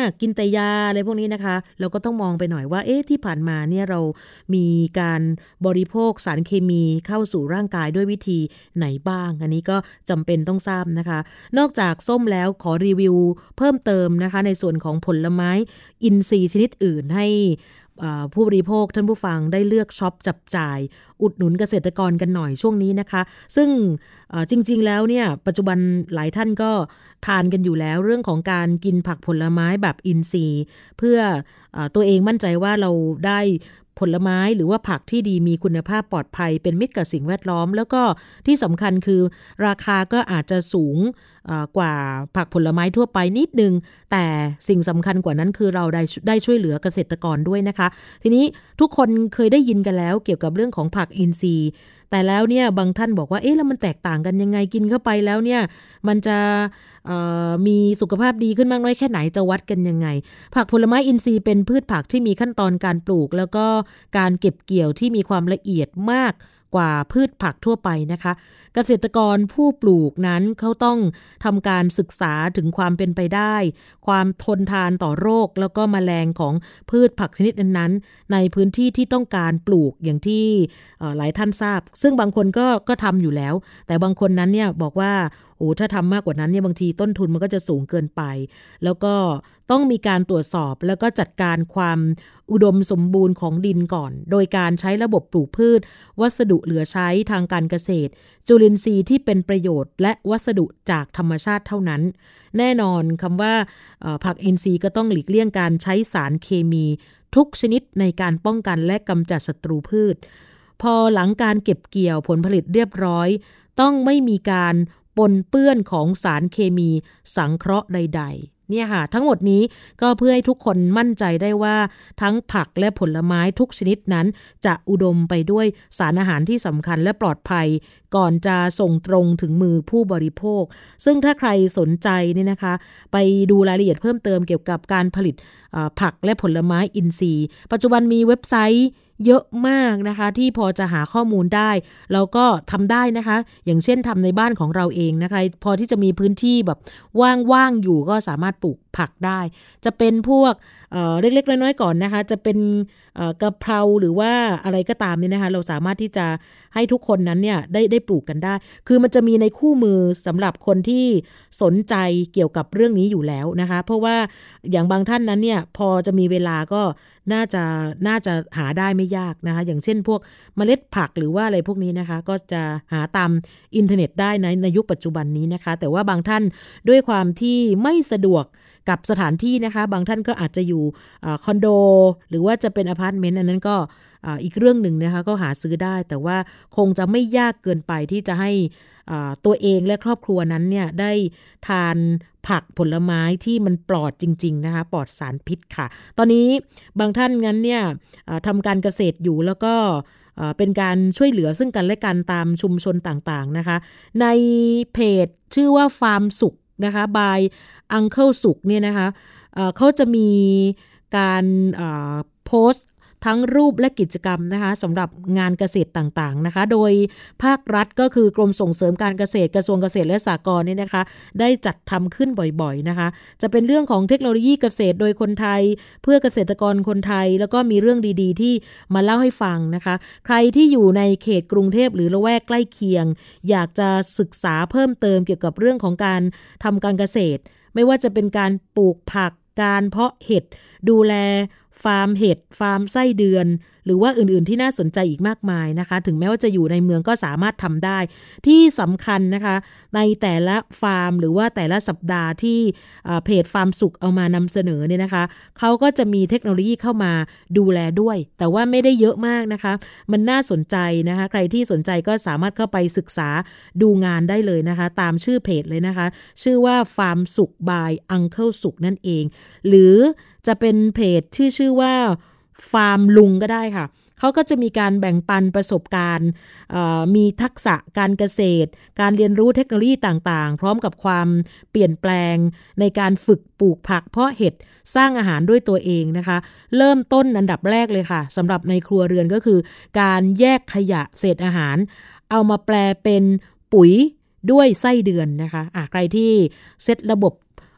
แต่ยาอะไรพวกนี้นะคะเราก็ต้องมองไปหน่อยว่าที่ผ่านมาเนี่ยเรามีการบริโภคสารเคมีเข้าสู่ร่างกายด้วยวิธีไหนบ้างอันนี้ก็จำเป็นต้องทราบนะคะนอกจากส้มแล้วขอรีวิวเพิ่มเติมนะคะในส่วนของผลไม้อินทรีย์ชนิดอื่นให้ผู้บริโภคท่านผู้ฟังได้เลือกช็อปจับจ่ายอุดหนุนเกษตรกรกันหน่อยช่วงนี้นะคะซึ่งจริงๆแล้วเนี่ยปัจจุบันหลายท่านก็ทานกันอยู่แล้วเรื่องของการกินผักผลไม้แบบอินทรีย์เพื่อตัวเองมั่นใจว่าเราได้ผลไม้หรือว่าผักที่ดีมีคุณภาพปลอดภัยเป็นมิตรกับสิ่งแวดล้อมแล้วก็ที่สำคัญคือราคาก็อาจจะสูงกว่าผักผลไม้ทั่วไปนิดนึงแต่สิ่งสำคัญกว่านั้นคือเราได้ช่วยเหลือเกษตรกรด้วยนะคะทีนี้ทุกคนเคยได้ยินกันแล้วเกี่ยวกับเรื่องของผักอินทรีย์แต่แล้วเนี่ยบางท่านบอกว่าแล้วมันแตกต่างกันยังไงกินเข้าไปแล้วเนี่ยมันจะมีสุขภาพดีขึ้นมากน้อยแค่ไหนจะวัดกันยังไงผักผลไม้อินทรีย์เป็นพืชผักที่มีขั้นตอนการปลูกแล้วก็การเก็บเกี่ยวที่มีความละเอียดมากกว่าพืชผักทั่วไปนะคะเกษตรกรผู้ปลูกนั้นเขาต้องทำการศึกษาถึงความเป็นไปได้ความทนทานต่อโรคแล้วก็แมลงของพืชผักชนิดนั้นๆในพื้นที่ที่ต้องการปลูกอย่างที่หลายท่านทราบซึ่งบางคนก็ทำอยู่แล้วแต่บางคนนั้นเนี่ยบอกว่าถ้าทำมากกว่านั้นเนี่ยบางทีต้นทุนมันก็จะสูงเกินไปแล้วก็ต้องมีการตรวจสอบแล้วก็จัดการความอุดมสมบูรณ์ของดินก่อนโดยการใช้ระบบปลูกพืชวัสดุเหลือใช้ทางการเกษตรจุลินทรีย์ที่เป็นประโยชน์และวัสดุจากธรรมชาติเท่านั้นแน่นอนคำว่าผักอินทรีย์ก็ต้องหลีกเลี่ยงการใช้สารเคมีทุกชนิดในการป้องกันและกำจัดศัตรูพืชพอหลังการเก็บเกี่ยวผลผลิตเรียบร้อยต้องไม่มีการปนเปื้อนของสารเคมีสังเคราะห์ใดๆเนี่ยค่ะทั้งหมดนี้ก็เพื่อให้ทุกคนมั่นใจได้ว่าทั้งผักและผลไม้ทุกชนิดนั้นจะอุดมไปด้วยสารอาหารที่สำคัญและปลอดภัยก่อนจะส่งตรงถึงมือผู้บริโภคซึ่งถ้าใครสนใจเนี่ยนะคะไปดูรายละเอียดเพิ่มเติมเกี่ยวกับการผลิตผักและผลไม้อินทรีย์ปัจจุบันมีเว็บไซต์เยอะมากนะคะที่พอจะหาข้อมูลได้แล้วก็ทำได้นะคะอย่างเช่นทำในบ้านของเราเองนะคะพอที่จะมีพื้นที่แบบว่างๆอยู่ก็สามารถปลูกผักได้จะเป็นพวกเล็กๆน้อยๆก่อนนะคะจะเป็นกะเพราหรือว่าอะไรก็ตามเนี่ยนะคะเราสามารถที่จะให้ทุกคนนั้นเนี่ยได้ปลูกกันได้คือมันจะมีในคู่มือสำหรับคนที่สนใจเกี่ยวกับเรื่องนี้อยู่แล้วนะคะเพราะว่าอย่างบางท่านนั้นเนี่ยพอจะมีเวลาก็น่าจะหาได้ไม่ยากนะคะอย่างเช่นพวกเมล็ดผักหรือว่าอะไรพวกนี้นะคะก็จะหาตามอินเทอร์เน็ตได้ในยุคปัจจุบันนี้นะคะแต่ว่าบางท่านด้วยความที่ไม่สะดวกกับสถานที่นะคะบางท่านก็อาจจะอยู่คอนโดหรือว่าจะเป็นอพาร์ตเมนต์อันนั้นก็อีกเรื่องหนึ่งนะคะก็หาซื้อได้แต่ว่าคงจะไม่ยากเกินไปที่จะให้ตัวเองและครอบครัวนั้นเนี่ยได้ทานผักผลไม้ที่มันปลอดจริงๆนะคะปลอดสารพิษค่ะตอนนี้บางท่านงั้นเนี่ยทำการเกษตรอยู่แล้วก็เป็นการช่วยเหลือซึ่งกันและกันตามชุมชนต่างๆนะคะในเพจชื่อว่าฟาร์มสุขนะคะ by Uncle สุขเนี่ยนะคะเขาจะมีการโพสต์ทั้งรูปและกิจกรรมนะคะสำหรับงานเกษตรต่างๆนะคะโดยภาครัฐก็คือกรมส่งเสริมการเกษตรกระทรวงเกษตรและสหกรณ์เนี่ยนะคะได้จัดทำขึ้นบ่อยๆนะคะจะเป็นเรื่องของเทคโนโลยีเกษตรโดยคนไทยเพื่อเกษตรกรคนไทยแล้วก็มีเรื่องดีๆที่มาเล่าให้ฟังนะคะใครที่อยู่ในเขตกรุงเทพหรือละแวกใกล้เคียงอยากจะศึกษาเพิ่มเติมเกี่ยวกับเรื่องของการทำการเกษตรไม่ว่าจะเป็นการปลูกผักการเพาะเห็ดดูแลฟาร์มเห็ดฟาร์มไส้เดือนหรือว่าอื่นๆที่น่าสนใจอีกมากมายนะคะถึงแม้ว่าจะอยู่ในเมืองก็สามารถทำได้ที่สำคัญนะคะในแต่ละฟาร์มหรือว่าแต่ละสัปดาห์ที่เพจฟาร์มสุขเอามานำเสนอเนี่ยนะคะเขาก็จะมีเทคโนโลยีเข้ามาดูแลด้วยแต่ว่าไม่ได้เยอะมากนะคะมันน่าสนใจนะคะใครที่สนใจก็สามารถเข้าไปศึกษาดูงานได้เลยนะคะตามชื่อเพจเลยนะคะชื่อว่าฟาร์มสุข by Uncle สุขนั่นเองหรือจะเป็นเพจชื่อว่าฟาร์มลุงก็ได้ค่ะเขาก็จะมีการแบ่งปันประสบการณ์มีทักษะการเกษตรการเรียนรู้เทคโนโลยีต่างๆพร้อมกับความเปลี่ยนแปลงในการฝึกปลูกผักเพาะเห็ดสร้างอาหารด้วยตัวเองนะคะเริ่มต้นอันดับแรกเลยค่ะสำหรับในครัวเรือนก็คือการแยกขยะเศษอาหารเอามาแปลเป็นปุ๋ยด้วยไส้เดือนนะคะใครที่เซตระบบ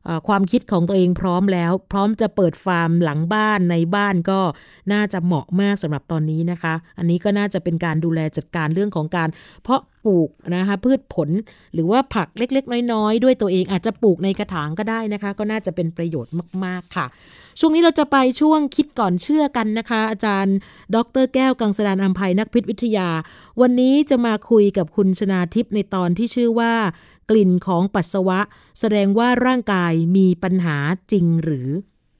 ความคิดของตัวเองพร้อมแล้วพร้อมจะเปิดฟาร์มหลังบ้านในบ้านก็น่าจะเหมาะมากสำหรับตอนนี้นะคะอันนี้ก็น่าจะเป็นการดูแลจัดการเรื่องของการเพาะปลูกนะคะพืชผลหรือว่าผักเล็กๆน้อยๆด้วยตัวเองอาจจะปลูกในกระถางก็ได้นะคะก็น่าจะเป็นประโยชน์มากๆค่ะช่วงนี้เราจะไปช่วงคิดก่อนเชื่อกันนะคะอาจารย์ดร.แก้วกังสดาลอำไพนักพิษวิทยาวันนี้จะมาคุยกับคุณชนาทิพย์ในตอนที่ชื่อว่ากลิ่นของปัสสาวะแสดงว่าร่างกายมีปัญหาจริงหรือ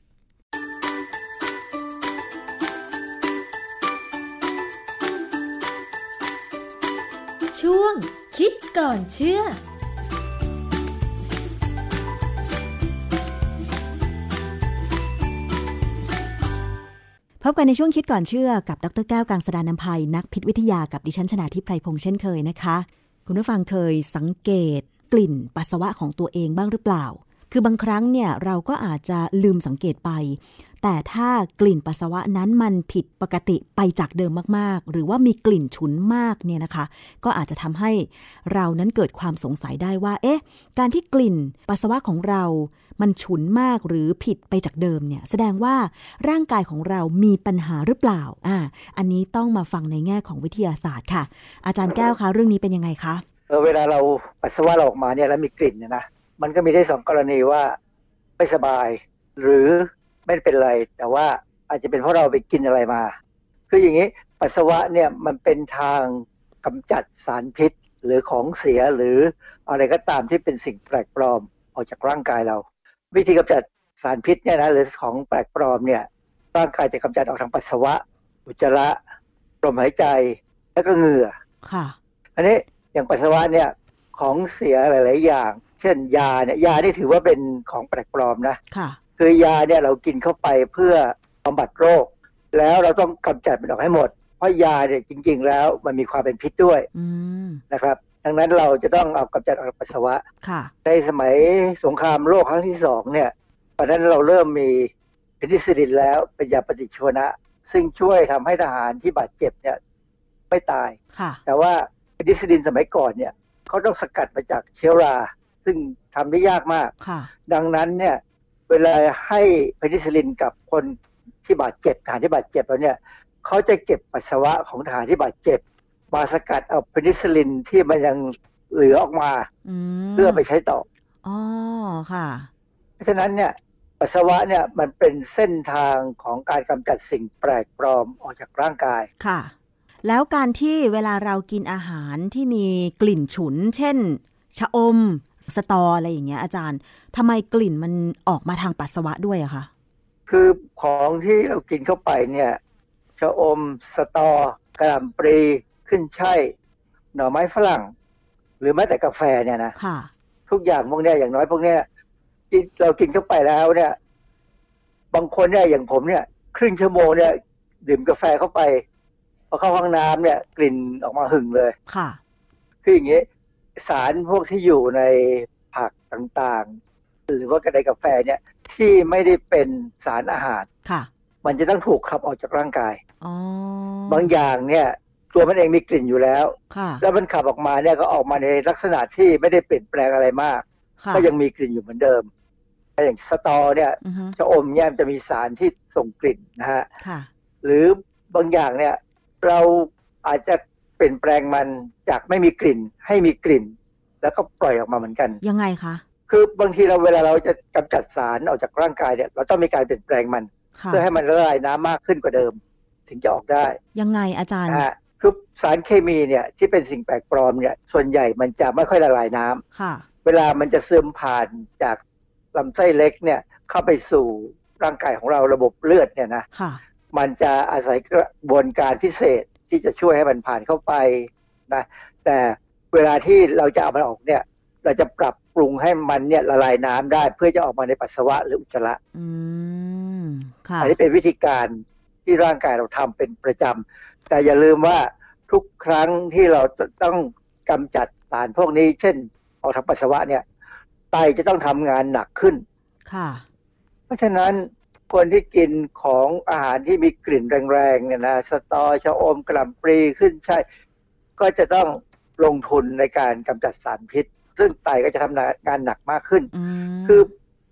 ช่วงคิดก่อนเชื่อพบกันในช่วงคิดก่อนเชื่อกับดร.แก้วกังสดาลอำไพนักพิษวิทยากับดิฉันชนาทิพย์ไพรพงษ์เช่นเคยนะคะคุณผู้ฟังเคยสังเกตกลิ่นปัสสาวะของตัวเองบ้างหรือเปล่าคือบางครั้งเนี่ยเราก็อาจจะลืมสังเกตไปแต่ถ้ากลิ่นปัสสาวะนั้นมันผิดปกติไปจากเดิมมากๆหรือว่ามีกลิ่นฉุนมากเนี่ยนะคะก็อาจจะทำให้เรานั้นเกิดความสงสัยได้ว่าการที่กลิ่นปัสสาวะของเรามันฉุนมากหรือผิดไปจากเดิมเนี่ยแสดงว่าร่างกายของเรามีปัญหาหรือเปล่าอันนี้ต้องมาฟังในแง่ของวิทยาศาสตร์ค่ะอาจารย์แก้วคะเรื่องนี้เป็นยังไงคะเวลาเราปัสสาวะเราออกมาเนี่ยแล้วมีกลิ่นเนี่ยนะมันก็มีได้2 กรณีว่าไม่สบายหรือไม่เป็นไรแต่ว่าอาจจะเป็นเพราะเราไปกินอะไรมาคืออย่างนี้ปัสสาวะเนี่ยมันเป็นทางกำจัดสารพิษหรือของเสียหรืออะไรก็ตามที่เป็นสิ่งแปลกปลอมออกจากร่างกายเราวิธีกำจัดสารพิษเนี่ยนะหรือของแปลกปลอมเนี่ยร่างกายจะกำจัดออกทางปัสสาวะอุจจาระลมหายใจแล้วก็เหงื่อค่ะอันนี้อย่างปัสสาวะเนี่ยของเสียหลายๆอย่างเช่นยาเนี่ยยานี่ถือว่าเป็นของแปลกปลอมนะค่ะคือยาเนี่ยเรากินเข้าไปเพื่อบำบัดโรคแล้วเราต้องกำจัดมันออกให้หมดเพราะยาเนี่ยจริงๆแล้วมันมีความเป็นพิษด้วยนะครับดังนั้นเราจะต้องเอากำจัดออกจากปัสสาวะในสมัยสงครามโลกครั้งที่2เนี่ยตอนนั้นเราเริ่มมีเพนิซิลลินแล้วเป็นยาปฏิชีวนะซึ่งช่วยทำให้ทหารที่บาดเจ็บเนี่ยไม่ตายแต่ว่าเพนิซิลลินสมัยก่อนเนี่ยเขาต้องสกัดมาจากเชื้อราซึ่งทำได้ยากมากดังนั้นเนี่ยเวลาให้เพนิซิลลินกับคนที่บาดเจ็บทหารที่บาดเจ็บแล้วเนี่ยเขาจะเก็บปัสสาวะของทหารที่บาดเจ็บมาสกัดเอาเพนิซิลลินที่มันยังเหลือออกมาเพื่อไปใช้ต่อค่ะเพราะฉะนั้นเนี่ยปัสสาวะเนี่ยมันเป็นเส้นทางของการกำจัดสิ่งแปลกปลอมออกจากร่างกายค่ะแล้วการที่เวลาเรากินอาหารที่มีกลิ่นฉุนเช่นชะอมสตออะไรอย่างเงี้ยอาจารย์ทำไมกลิ่นมันออกมาทางปัสสาวะด้วยอะคะคือของที่เรากินเข้าไปเนี่ยชะอมสตอกระหล่ำปลีขึ้นช่ายหน่อไม้ฝรั่งหรือแม้แต่กาแฟเนี่ยนะทุกอย่างพวกเนี้ยอย่างน้อยพวกเนี้ยที่เรากินเข้าไปแล้วเนี่ยบางคนเนี่ยอย่างผมเนี่ยครึ่งชั่วโมงเนี่ยดื่มกาแฟเข้าไปพอเข้าห้องน้ำเนี่ยกลิ่นออกมาหึงเลยค่ะคืออย่างงี้สารพวกที่อยู่ในผักต่างๆหรือว่าในกาแฟเนี่ยที่ไม่ได้เป็นสารอาหารมันจะต้องถูกขับออกจากร่างกายบางอย่างเนี่ยตัวมันเองมีกลิ่นอยู่แล้วแล้วมันขับออกมาเนี่ยก็ออกมาในลักษณะที่ไม่ได้เปลี่ยนแปลงอะไรมากก็ยังมีกลิ่นอยู่เหมือนเดิมอย่างสตอเนี่ยชะอมเนี่ยจะมีสารที่ส่งกลิ่นนะฮะหรือบางอย่างเนี่ยเราอาจจะเปลี่ยนแปลงมันจากไม่มีกลิ่นให้มีกลิ่นแล้วก็ปล่อยออกมาเหมือนกันยังไงคะคือบางทีเราเวลาเราจะกำจัดสารออกจากร่างกายเนี่ยเราต้องมีการเปลี่ยนแปลงมันเพื่อให้มันละลายน้ำมากขึ้นกว่าเดิมถึงจะออกได้ยังไงอาจารย์คือสารเคมีเนี่ยที่เป็นสิ่งแปลกปลอมเนี่ยส่วนใหญ่มันจะไม่ค่อยละลายน้ำเวลามันจะซึมผ่านจากลำไส้เล็กเนี่ยเข้าไปสู่ร่างกายของเราระบบเลือดเนี่ยนะมันจะอาศัยกระบวนการพิเศษที่จะช่วยให้มันผ่านเข้าไปนะแต่เวลาที่เราจะเอามันออกเนี่ยเราจะปรับปรุงให้มันเนี่ยละลายน้ำได้เพื่อจะออกมาในปัสสาวะหรืออุจจาระอันนี้เป็นวิธีการที่ร่างกายเราทำเป็นประจำแต่อย่าลืมว่าทุกครั้งที่เราต้องกำจัดสารพวกนี้เช่นออกทางปัสสาวะเนี่ยไตจะต้องทำงานหนักขึ้นเพราะฉะนั้นคนที่กินของอาหารที่มีกลิ่นแรงๆเนี่ยนะสตอชะอมกระหล่ำปลีขึ้นช่ายก็จะต้องลงทุนในการกำจัดสารพิษซึ่งไตก็จะทำงานหนักมากขึ้นคือ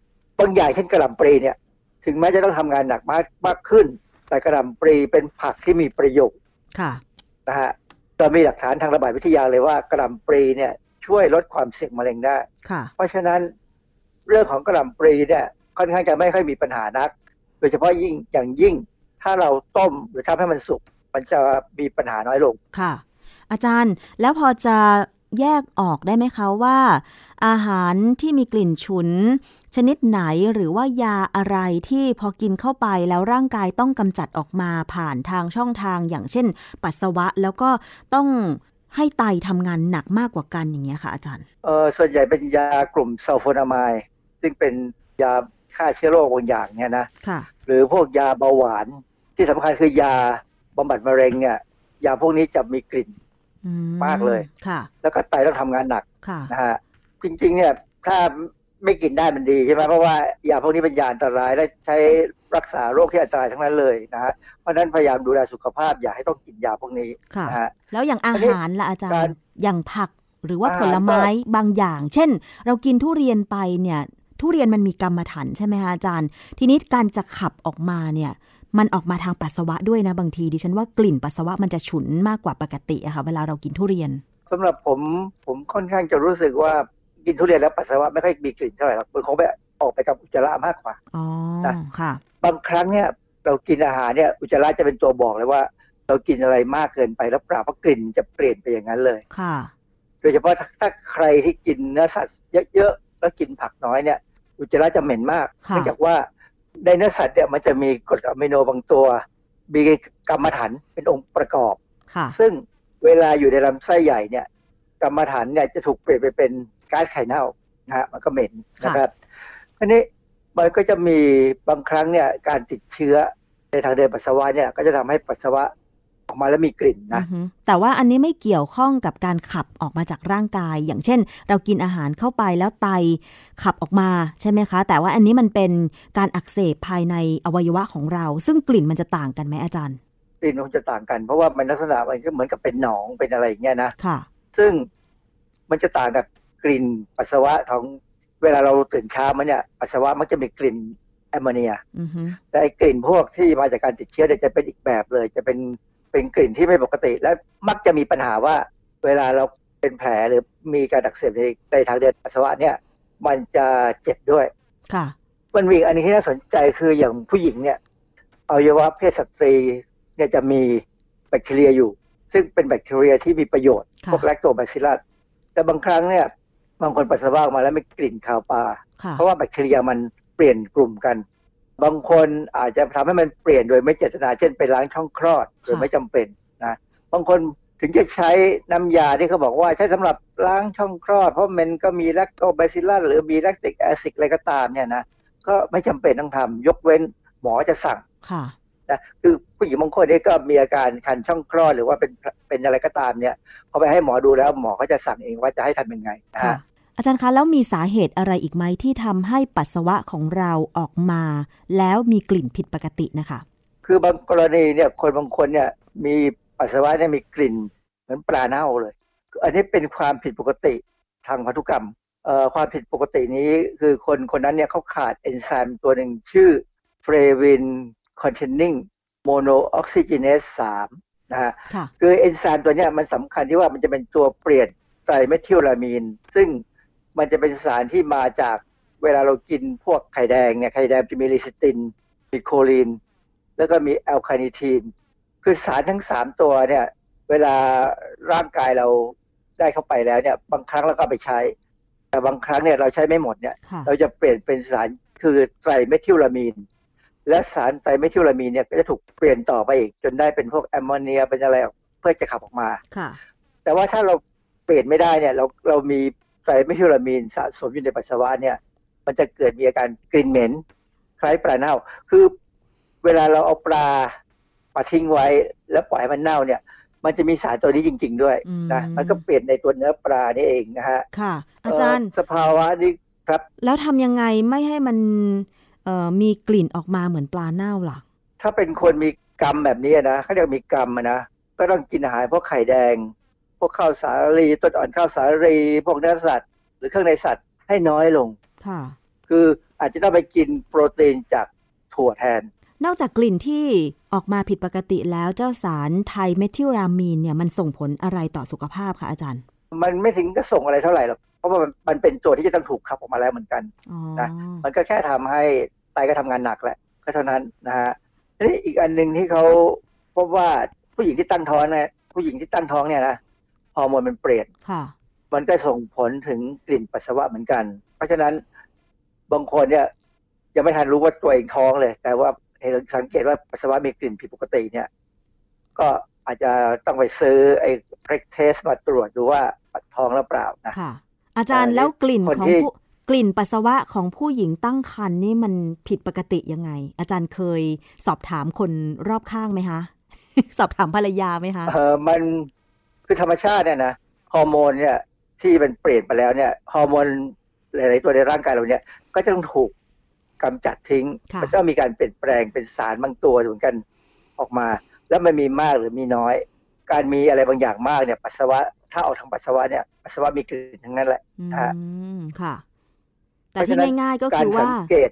บางอย่างเช่นกระหล่ำปลีเนี่ยถึงแม้จะต้องทำงานหนักมากขึ้นแต่กระหล่ำปลีเป็นผักที่มีประโยชน์นะฮะเรามีหลักฐานทางระบาดวิทยาเลยว่ากระหล่ำปลีเนี่ยช่วยลดความเสี่ยงมะเร็งได้เพราะฉะนั้นเรื่องของกระหล่ำปลีเนี่ยค่อนข้างจะไม่ค่อยมีปัญหานักโดยเฉพาะยิ่งถ้าเราต้มหรือทำให้มันสุกมันจะมีปัญหาน้อยลงค่ะอาจารย์แล้วพอจะแยกออกได้ไหมคะว่าอาหารที่มีกลิ่นฉุนชนิดไหนหรือว่ายาอะไรที่พอกินเข้าไปแล้วร่างกายต้องกำจัดออกมาผ่านทางช่องทางอย่างเช่นปัสสาวะแล้วก็ต้องให้ไตทำงานหนักมากกว่ากันอย่างเงี้ยค่ะอาจารย์ส่วนใหญ่เป็นยากลุ่มซัลโฟนามายด์ซึ่งเป็นยาฆ่าเชื้อโรคบางอย่างเนี่ยนะหรือพวกยาเบาหวานที่สำคัญคือยาบำบัดมะเร็งเนี่ยยาพวกนี้จะมีกลิ่นมากเลยแล้วก็ไตต้องทำงานหนักนะฮะจริงๆเนี่ยถ้าไม่กินได้มันดีใช่ไหมเพราะว่ายาพวกนี้เป็นยาอันตรายและใช้รักษาโรคที่อันตรายทั้งนั้นเลยนะฮะเพราะนั้นพยายามดูแลสุขภาพอย่าให้ต้องกินยาพวกนี้นะฮะแล้วอย่างอาหารล่ะอาจารย์อย่างผักหรือว่าผลไม้บางอย่างเช่นเรากินทุเรียนไปเนี่ยทุเรียนมันมีกรรมฐานใช่ไหมคะอาจารย์ทีนี้การจะขับออกมาเนี่ยมันออกมาทางปัสสาวะด้วยนะบางทีดิฉันว่ากลิ่นปัสสาวะมันจะฉุนมากกว่าปกติอะค่ะเวลาเรากินทุเรียนสำหรับผมค่อนข้างจะรู้สึกว่ากินทุเรียนแล้วปัสสาวะไม่ค่อยมีกลิ่นเท่าไหร่หรอกมันคงไปออกไปกับอุจจาระมากกว่านะค่ะบางครั้งเนี่ยเรากินอาหารเนี่ยอุจจาระจะเป็นตัวบอกเลยว่าเรากินอะไรมากเกินไปแล้วเปล่าเพราะกลิ่นจะเปลี่ยนไปอย่างนั้นเลยค่ะโดยเฉพาะถ้าใครที่กินเนื้อสัตว์เยอะๆแล้วกินผักน้อยเนี่ยอุจจาระจะเหม็นมากเนื่องจากว่าในเนื้อสัตว์เนี่ยมันจะมีกรดอะมิโนบางตัวมีกรรมฐานเป็นองค์ประกอบซึ่งเวลาอยู่ในลำไส้ใหญ่เนี่ยกรรมฐานเนี่ยจะถูกเปลี่ยนไปเป็นก๊าซไข่เน่านะฮะมันก็เหม็นนะครับอันนี้มันก็จะมีบางครั้งเนี่ยการติดเชื้อในทางเดินปัสสาวะเนี่ยก็จะทำให้ปัสสาวะออกมาแล้วมีกลิ่นนะแต่ว่าอันนี้ไม่เกี่ยวข้องกับการขับออกมาจากร่างกายอย่างเช่นเรากินอาหารเข้าไปแล้วไตขับออกมาใช่ไหมคะแต่ว่าอันนี้มันเป็นการอักเสบภายในอวัยวะของเราซึ่งกลิ่นมันจะต่างกันไหมอาจารย์กลิ่นมันจะต่างกันเพราะว่ามันลักษณะมันก็เหมือนกับเป็นหนองเป็นอะไรอย่างเงี้ยนะค่ะซึ่งมันจะต่างกับกลิ่นปัสสาวะของเวลาเราตื่นเช้ามันเนี่ยปัสสาวะมักจะมีกลิ่นแอมโมเนียแต่กลิ่นพวกที่มาจากการติดเชื้อจะเป็นอีกแบบเลยจะเป็นกลิ่นที่ไม่ปกติและมักจะมีปัญหาว่าเวลาเราเป็นแผลหรือมีการอักเสบในทางเดินปัสสาวะเนี่ยมันจะเจ็บด้วยค่ะมันมีอันนี้ที่น่าสนใจคืออย่างผู้หญิงเนี่ยอวัยวะเพศสตรีเนี่ยจะมีแบคทีเรียอยู่ซึ่งเป็นแบคทีเรียที่มีประโยชน์พวกแลคโตแบซิลลัสแต่บางครั้งเนี่ยบางคนปัสสาวะออกมาแล้วมีกลิ่นคาวปลาเพราะว่าแบคทีเรียมันเปลี่ยนกลุ่มกันบางคนอาจจะทำให้มันเปลี่ยนโดยไม่เจตนาเช่นไปล้างช่องคลอดโดยไม่จำเป็นนะบางคนถึงจะใช้น้ำยาที่เขาบอกว่าใช้สำหรับล้างช่องคลอดเพราะมันก็มีแลคโตแบซิลลัสหรือมีแลคติกแอซิดอะไรก็ตามเนี่ยนะก็ไม่จำเป็นต้องทำยกเว้นหมอจะสั่งนะคือผู้หญิงบางคนนี่ก็มีอาการคันช่องคลอดหรือว่าเป็นอะไรก็ตามเนี่ยพอไปให้หมอดูแล้วหมอเขาจะสั่งเองว่าจะให้ทำยังไงนะอาจารย์คะแล้วมีสาเหตุอะไรอีกไหมที่ทำให้ปัสสาวะของเราออกมาแล้วมีกลิ่นผิดปกตินะคะคือบางกรณีเนี่ยคนบางคนเนี่ยมีปัสสาวะเนี่ยมีกลิ่นเหมือนปลาเน่าเลยอันนี้เป็นความผิดปกติทางพันธุกรรมความผิดปกตินี้คือคนนั้นเนี่ยเขาขาดเอนไซม์ตัวหนึ่งชื่อ Flavin Containing Monooxygenase 3นะฮะคือเอนไซม์ตัวเนี้ยมันสำคัญที่ว่ามันจะเป็นตัวเปลี่ยนไตรเมทิลอะมีนซึ่งมันจะเป็นสารที่มาจากเวลาเรากินพวกไข่แดงเนี่ยไข่แดงจะมีลิซิตินมีโคลีนแล้วก็มีแอลคาเนทีนคือสารทั้ง3ตัวเนี่ยเวลาร่างกายเราได้เข้าไปแล้วเนี่ยบางครั้งเราก็ไปใช้แต่บางครั้งเนี่ยเราใช้ไม่หมดเนี่ยเราจะเปลี่ยนเป็นสารคือไตรเมทิลอะมีนและสารไตรเมทิลอะมีนเนี่ยก็จะถูกเปลี่ยนต่อไปอีกจนได้เป็นพวกแอมโมเนียเป็นอะไรเพื่อจะขับออกมาแต่ว่าถ้าเราเปลี่ยนไม่ได้เนี่ยเรามีไตรเมทิลอะมีนสะสมอยู่ในปัสสาวะเนี่ยมันจะเกิดมีอาการกลิ่นเหม็นคล้ายปลาเน่าคือเวลาเราเอาปลาทิ้งไว้แล้วปล่อยให้มันเน่าเนี่ยมันจะมีสารตัวนี้จริงๆด้วยนะมันก็เปลี่ยนในตัวเนื้อปลานี่เองนะฮะค่ะอาจารย์สภาวะนี้ครับแล้วทำยังไงไม่ให้มันมีกลิ่นออกมาเหมือนปลาเน่าล่ะถ้าเป็นคนมีกรรมแบบนี้นะเขาเรียกมีกรรมนะก็ต้องกินอาหารพวกไข่แดงพวกข้าวสาลีต้นอ่อนข้าวสาลีพวกเนื้อสัตว์หรือเครื่องในสัตว์ให้น้อยลงค่ะคืออาจจะต้องไปกินโปรตีนจากถั่วแทนนอกจากกลิ่นที่ออกมาผิดปกติแล้วเจ้าสารไทเมทิลรามีนเนี่ยมันส่งผลอะไรต่อสุขภาพคะอาจารย์มันไม่ถึงก็ส่งอะไรเท่าไหร่หรอกเพราะว่ามันเป็นตัวที่จะต้องถูกขับออกมาแล้วเหมือนกันนะมันก็แค่ทำให้ไตก็ทำงานหนักแหละก็เท่านั้นนะฮะนี่อีกอันนึงที่เขาพบว่าผู้หญิงที่ตั้งท้องเนี่ยผู้หญิงที่ตั้งท้องเนี่ยนะฮอร์โมนมันเปลี่ยนมันก็ส่งผลถึงกลิ่นปัสสาวะเหมือนกันเพราะฉะนั้นบางคนเนี่ยยังไม่ทันรู้ว่าตัวเองท้องเลยแต่ว่าเห็นสังเกตว่าปัสสาวะมีกลิ่นผิดปกติเนี่ยก็อาจจะต้องไปซื้อไอ้ Breath Test มาตรวจดูว่าท้องหรือเปล่านะค่ะอาจารย์แล้วกลิ่นของกลิ่นปัสสาวะของผู้หญิงตั้งครรภ์นี่มันผิดปกติยังไงอาจารย์เคยสอบถามคนรอบข้างไหมคะ สอบถามภรรยาไหมคะมันคือธรรมชาติเนี่ยนะฮอร์โมนเนี่ยที่มันเปลี่ยนไปแล้วเนี่ยฮอร์โมนหลายๆตัวในร่างกายเราเนี่ยก็จะต้องถูกกำจัดทิ้งมันต้องมีการเปลี่ยนแปลงเป็นสารบางตัวเหมือนกันออกมาแล้วมันมีมากหรือมีน้อยการมีอะไรบางอย่างมากเนี่ยปัสสาวะถ้าออกทางปัสสาวะเนี่ยปัสสาวะมีกลิ่นทั้งนั้นแหละค่ะแต่ที่ง่ายๆก็คือว่า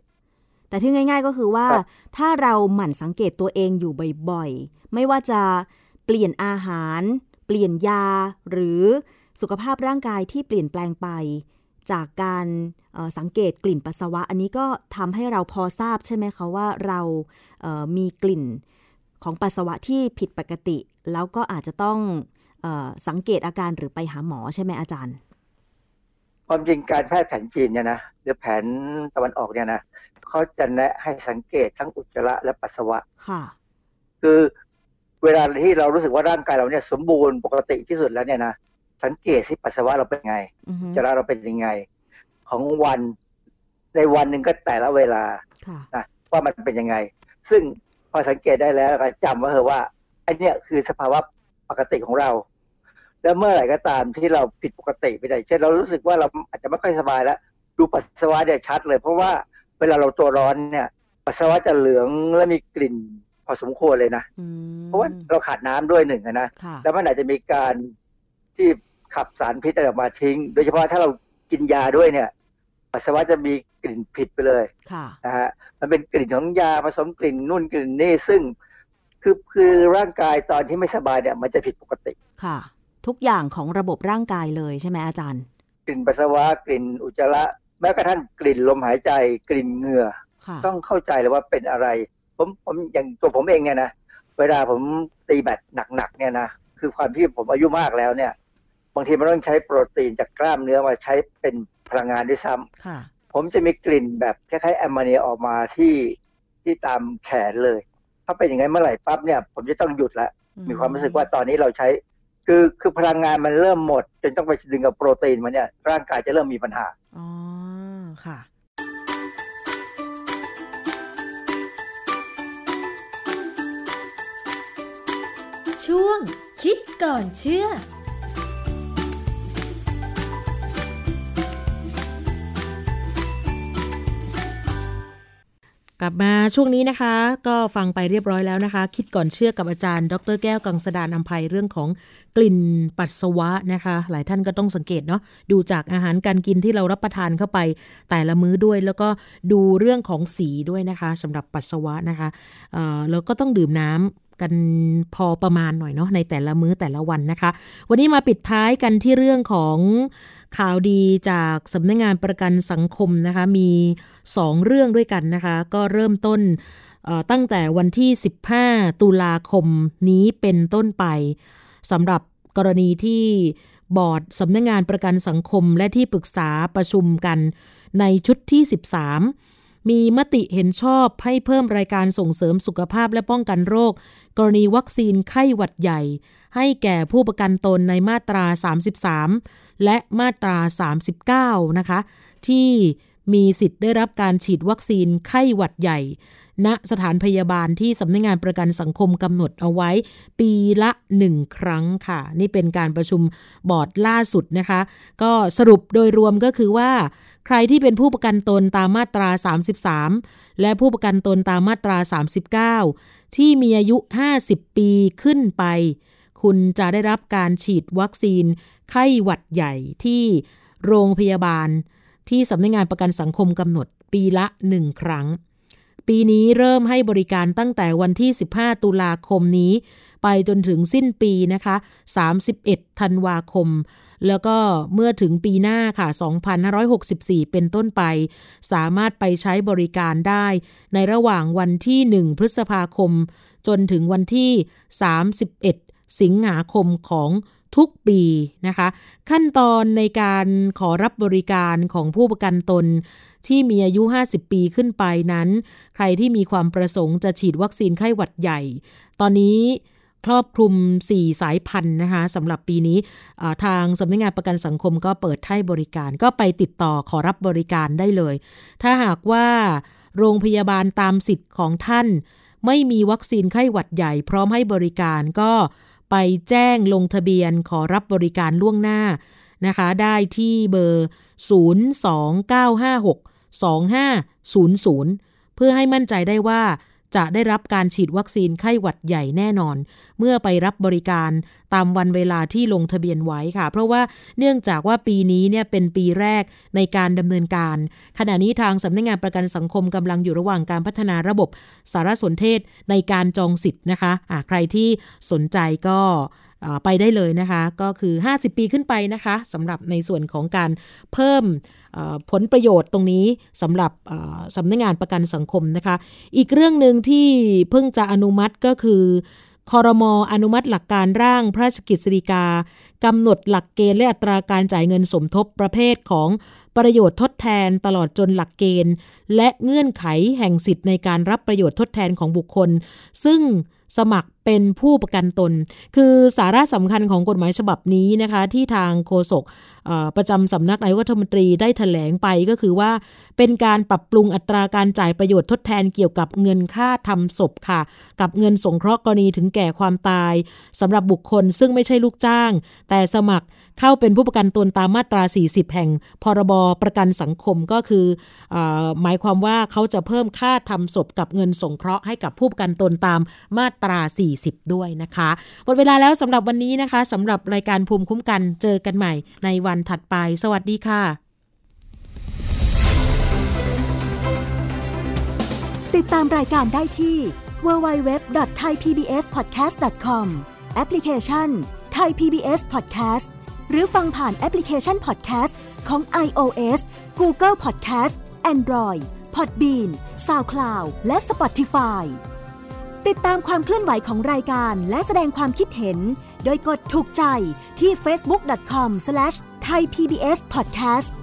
ถ้าเราหมั่นสังเกตตัวเองอยู่บ่อยๆไม่ว่าจะเปลี่ยนอาหารเปลี่ยนยาหรือสุขภาพร่างกายที่เปลี่ยนแปลงไปจากการสังเกตกลิ่นปัสสาวะอันนี้ก็ทำให้เราพอทราบใช่ไหมคะว่าเรามีกลิ่นของปัสสาวะที่ผิดปกติแล้วก็อาจจะต้องสังเกตอาการหรือไปหาหมอใช่ไหมอาจารย์ความจริงการแพทย์แผนจีนเนี่ยนะหรือแผนตะวันออกเนี่ยนะเขาจะแนะให้สังเกตทั้งอุจจาระและปัสสาวะค่ะคือเวลาที่เรารู้สึกว่าร่างกายเราเนี่ยสมบูรณ์ปกติที่สุดแล้วเนี่ยนะสังเกตที่ปัสสาวะเราเป็นไงอุจจาระเราเป็นยังไงของวันในวันหนึ่งก็แต่ละเวลานะว่ามันเป็นยังไงซึ่งพอสังเกตได้แล้วก็จำไว้เถอะว่าไอ้นี่คือสภาวะปกติของเราแล้วเมื่อไหร่ก็ตามที่เราผิดปกติไปได้เช่นเรารู้สึกว่าเราอาจจะไม่ค่อยสบายแล้วดูปัสสาวะเนี่ยชัดเลยเพราะว่าเวลาเราตัวร้อนเนี่ยปัสสาวะจะเหลืองและมีกลิ่นพอสมควรเลยนะเพราะว่าเราขาดน้ำด้วยหนึ่งนะแล้วมันอาจจะมีการที่ขับสารพิษอะไรออกมาทิ้งโดยเฉพาะถ้าเรากินยาด้วยเนี่ยปัสสาวะจะมีกลิ่นผิดไปเลยนะฮะมันเป็นกลิ่นของยาผสมกลิ่นนู่นกลิ่นนี่ซึ่งคือร่างกายตอนที่ไม่สบายเนี่ยมันจะผิดปกติค่ะทุกอย่างของระบบร่างกายเลยใช่ไหมอาจารย์กลิ่นปัสสาวะกลิ่นอุจจาระแม้กระทั่งกลิ่นลมหายใจกลิ่นเหงื่อต้องเข้าใจเลยว่าเป็นอะไรผมอย่างตัวผมเองเนี่ยนะเวลาผมตีแบดหนักๆเนี่ยนะคือความที่ผมอายุมากแล้วเนี่ยบางทีมันต้องใช้โปรตีนจากกล้ามเนื้อมาใช้เป็นพลังงานด้วยซ้ำผมจะมีกลิ่นแบบคล้ายๆแอมโมเนียออกมาที่ตามแขนเลยถ้าเป็นอย่างนั้นเมื่อไหร่ปั๊บเนี่ยผมจะต้องหยุดละมีความรู้สึกว่าตอนนี้เราใช้คือพลังงานมันเริ่มหมดจนต้องไปดึงกับโปรตีนมันเนี่ยร่างกายจะเริ่มมีปัญหาอ๋อค่ะช่วงคิดก่อนเชื่อกลับมาช่วงนี้นะคะก็ฟังไปเรียบร้อยแล้วนะคะคิดก่อนเชื่อกับอาจารย์ดร.แก้วกังสดาลอำไพเรื่องของกลิ่นปัสสาวะนะคะหลายท่านก็ต้องสังเกตเนาะดูจากอาหารการกินที่เรารับประทานเข้าไปแต่ละมื้อด้วยแล้วก็ดูเรื่องของสีด้วยนะคะสำหรับปัสสาวะนะคะแล้วก็ต้องดื่มน้ำกันพอประมาณหน่อยเนาะในแต่ละมื้อแต่ละวันนะคะวันนี้มาปิดท้ายกันที่เรื่องของข่าวดีจากสำนักงานประกันสังคมนะคะมี2เรื่องด้วยกันนะคะก็เริ่มต้นตั้งแต่วันที่15ตุลาคมนี้เป็นต้นไปสำหรับกรณีที่บอร์ดสำนักงานประกันสังคมและที่ปรึกษาประชุมกันในชุดที่13มีมติเห็นชอบให้เพิ่มรายการส่งเสริมสุขภาพและป้องกันโรคกรณีวัคซีนไข้หวัดใหญ่ให้แก่ผู้ประกันตนในมาตรา33และมาตรา39นะคะที่มีสิทธิ์ได้รับการฉีดวัคซีนไข้หวัดใหญ่ณสถานพยาบาลที่สำนักงานประกันสังคมกำหนดเอาไว้ปีละ1ครั้งค่ะนี่เป็นการประชุมบอร์ดล่าสุดนะคะก็สรุปโดยรวมก็คือว่าใครที่เป็นผู้ประกันตนตามมาตรา33และผู้ประกันตนตามมาตรา39ที่มีอายุ50ปีขึ้นไปคุณจะได้รับการฉีดวัคซีนไข้หวัดใหญ่ที่โรงพยาบาลที่สำนักงานประกันสังคมกำหนดปีละ1ครั้งปีนี้เริ่มให้บริการตั้งแต่วันที่15ตุลาคมนี้ไปจนถึงสิ้นปีนะคะ31ธันวาคมแล้วก็เมื่อถึงปีหน้าค่ะ2564เป็นต้นไปสามารถไปใช้บริการได้ในระหว่างวันที่1พฤษภาคมจนถึงวันที่31สิงหาคมของทุกปีนะคะขั้นตอนในการขอรับบริการของผู้ประกันตนที่มีอายุ50ปีขึ้นไปนั้นใครที่มีความประสงค์จะฉีดวัคซีนไข้หวัดใหญ่ตอนนี้ครอบคลุม4สายพันธุ์นะคะสำหรับปีนี้ทางสำนักงานประกันสังคมก็เปิดให้บริการก็ไปติดต่อขอรับบริการได้เลยถ้าหากว่าโรงพยาบาลตามสิทธิ์ของท่านไม่มีวัคซีนไข้หวัดใหญ่พร้อมให้บริการก็ไปแจ้งลงทะเบียนขอรับบริการล่วงหน้านะคะได้ที่เบอร์029562500เพื่อให้มั่นใจได้ว่าจะได้รับการฉีดวัคซีนไข้หวัดใหญ่แน่นอนเมื่อไปรับบริการตามวันเวลาที่ลงทะเบียนไว้ค่ะเพราะว่าเนื่องจากว่าปีนี้เนี่ยเป็นปีแรกในการดำเนินการขณะนี้ทางสำนักงานประกันสังคมกำลังอยู่ระหว่างการพัฒนาระบบสารสนเทศในการจองสิทธิ์นะคะใครที่สนใจก็ไปได้เลยนะคะก็คือ50ปีขึ้นไปนะคะสำหรับในส่วนของการเพิ่มผลประโยชน์ตรงนี้สำหรับสำนักงานประกันสังคมนะคะอีกเรื่องนึงที่เพิ่งจะอนุมัติก็คือครม.อนุมัติหลักการร่างพระราชกฤษฎีกากำหนดหลักเกณฑ์และอัตราการจ่ายเงินสมทบประเภทของประโยชน์ทดแทนตลอดจนหลักเกณฑ์และเงื่อนไขแห่งสิทธิ์ในการรับประโยชน์ทดแทนของบุคคลซึ่งสมัครเป็นผู้ประกันตนคือสาระสำคัญของกฎหมายฉบับนี้นะคะที่ทางโฆษกประจำสำนักนายกรัฐมนตรีได้แถลงไปก็คือว่าเป็นการปรับปรุงอัตราการจ่ายประโยชน์ทดแทนเกี่ยวกับเงินค่าทำศพค่ะกับเงินสงเคราะห์กรณีถึงแก่ความตายสำหรับบุคคลซึ่งไม่ใช่ลูกจ้างแต่สมัครเข้าเป็นผู้ประกันตนตามมาตรา40แห่งพรบประกันสังคมก็คือหมายความว่าเขาจะเพิ่มค่าทำศพกับเงินสงเคราะห์ให้กับผู้ประกันตนตามมาตรา40ด้วยนะคะหมดเวลาแล้วสำหรับวันนี้นะคะสำหรับรายการภูมิคุ้มกันเจอกันใหม่ในวันถัดไปสวัสดีค่ะติดตามรายการได้ที่ www.thaipbspodcast.com แอปพลิเคชัน Thai PBS Podcast หรือฟังผ่านแอปพลิเคชัน Podcast ของ iOS Google Podcast Android Podbean SoundCloud และ Spotify ติดตามความเคลื่อนไหวของรายการและแสดงความคิดเห็นโดยกดถูกใจที่ facebook.com/thaipbspodcast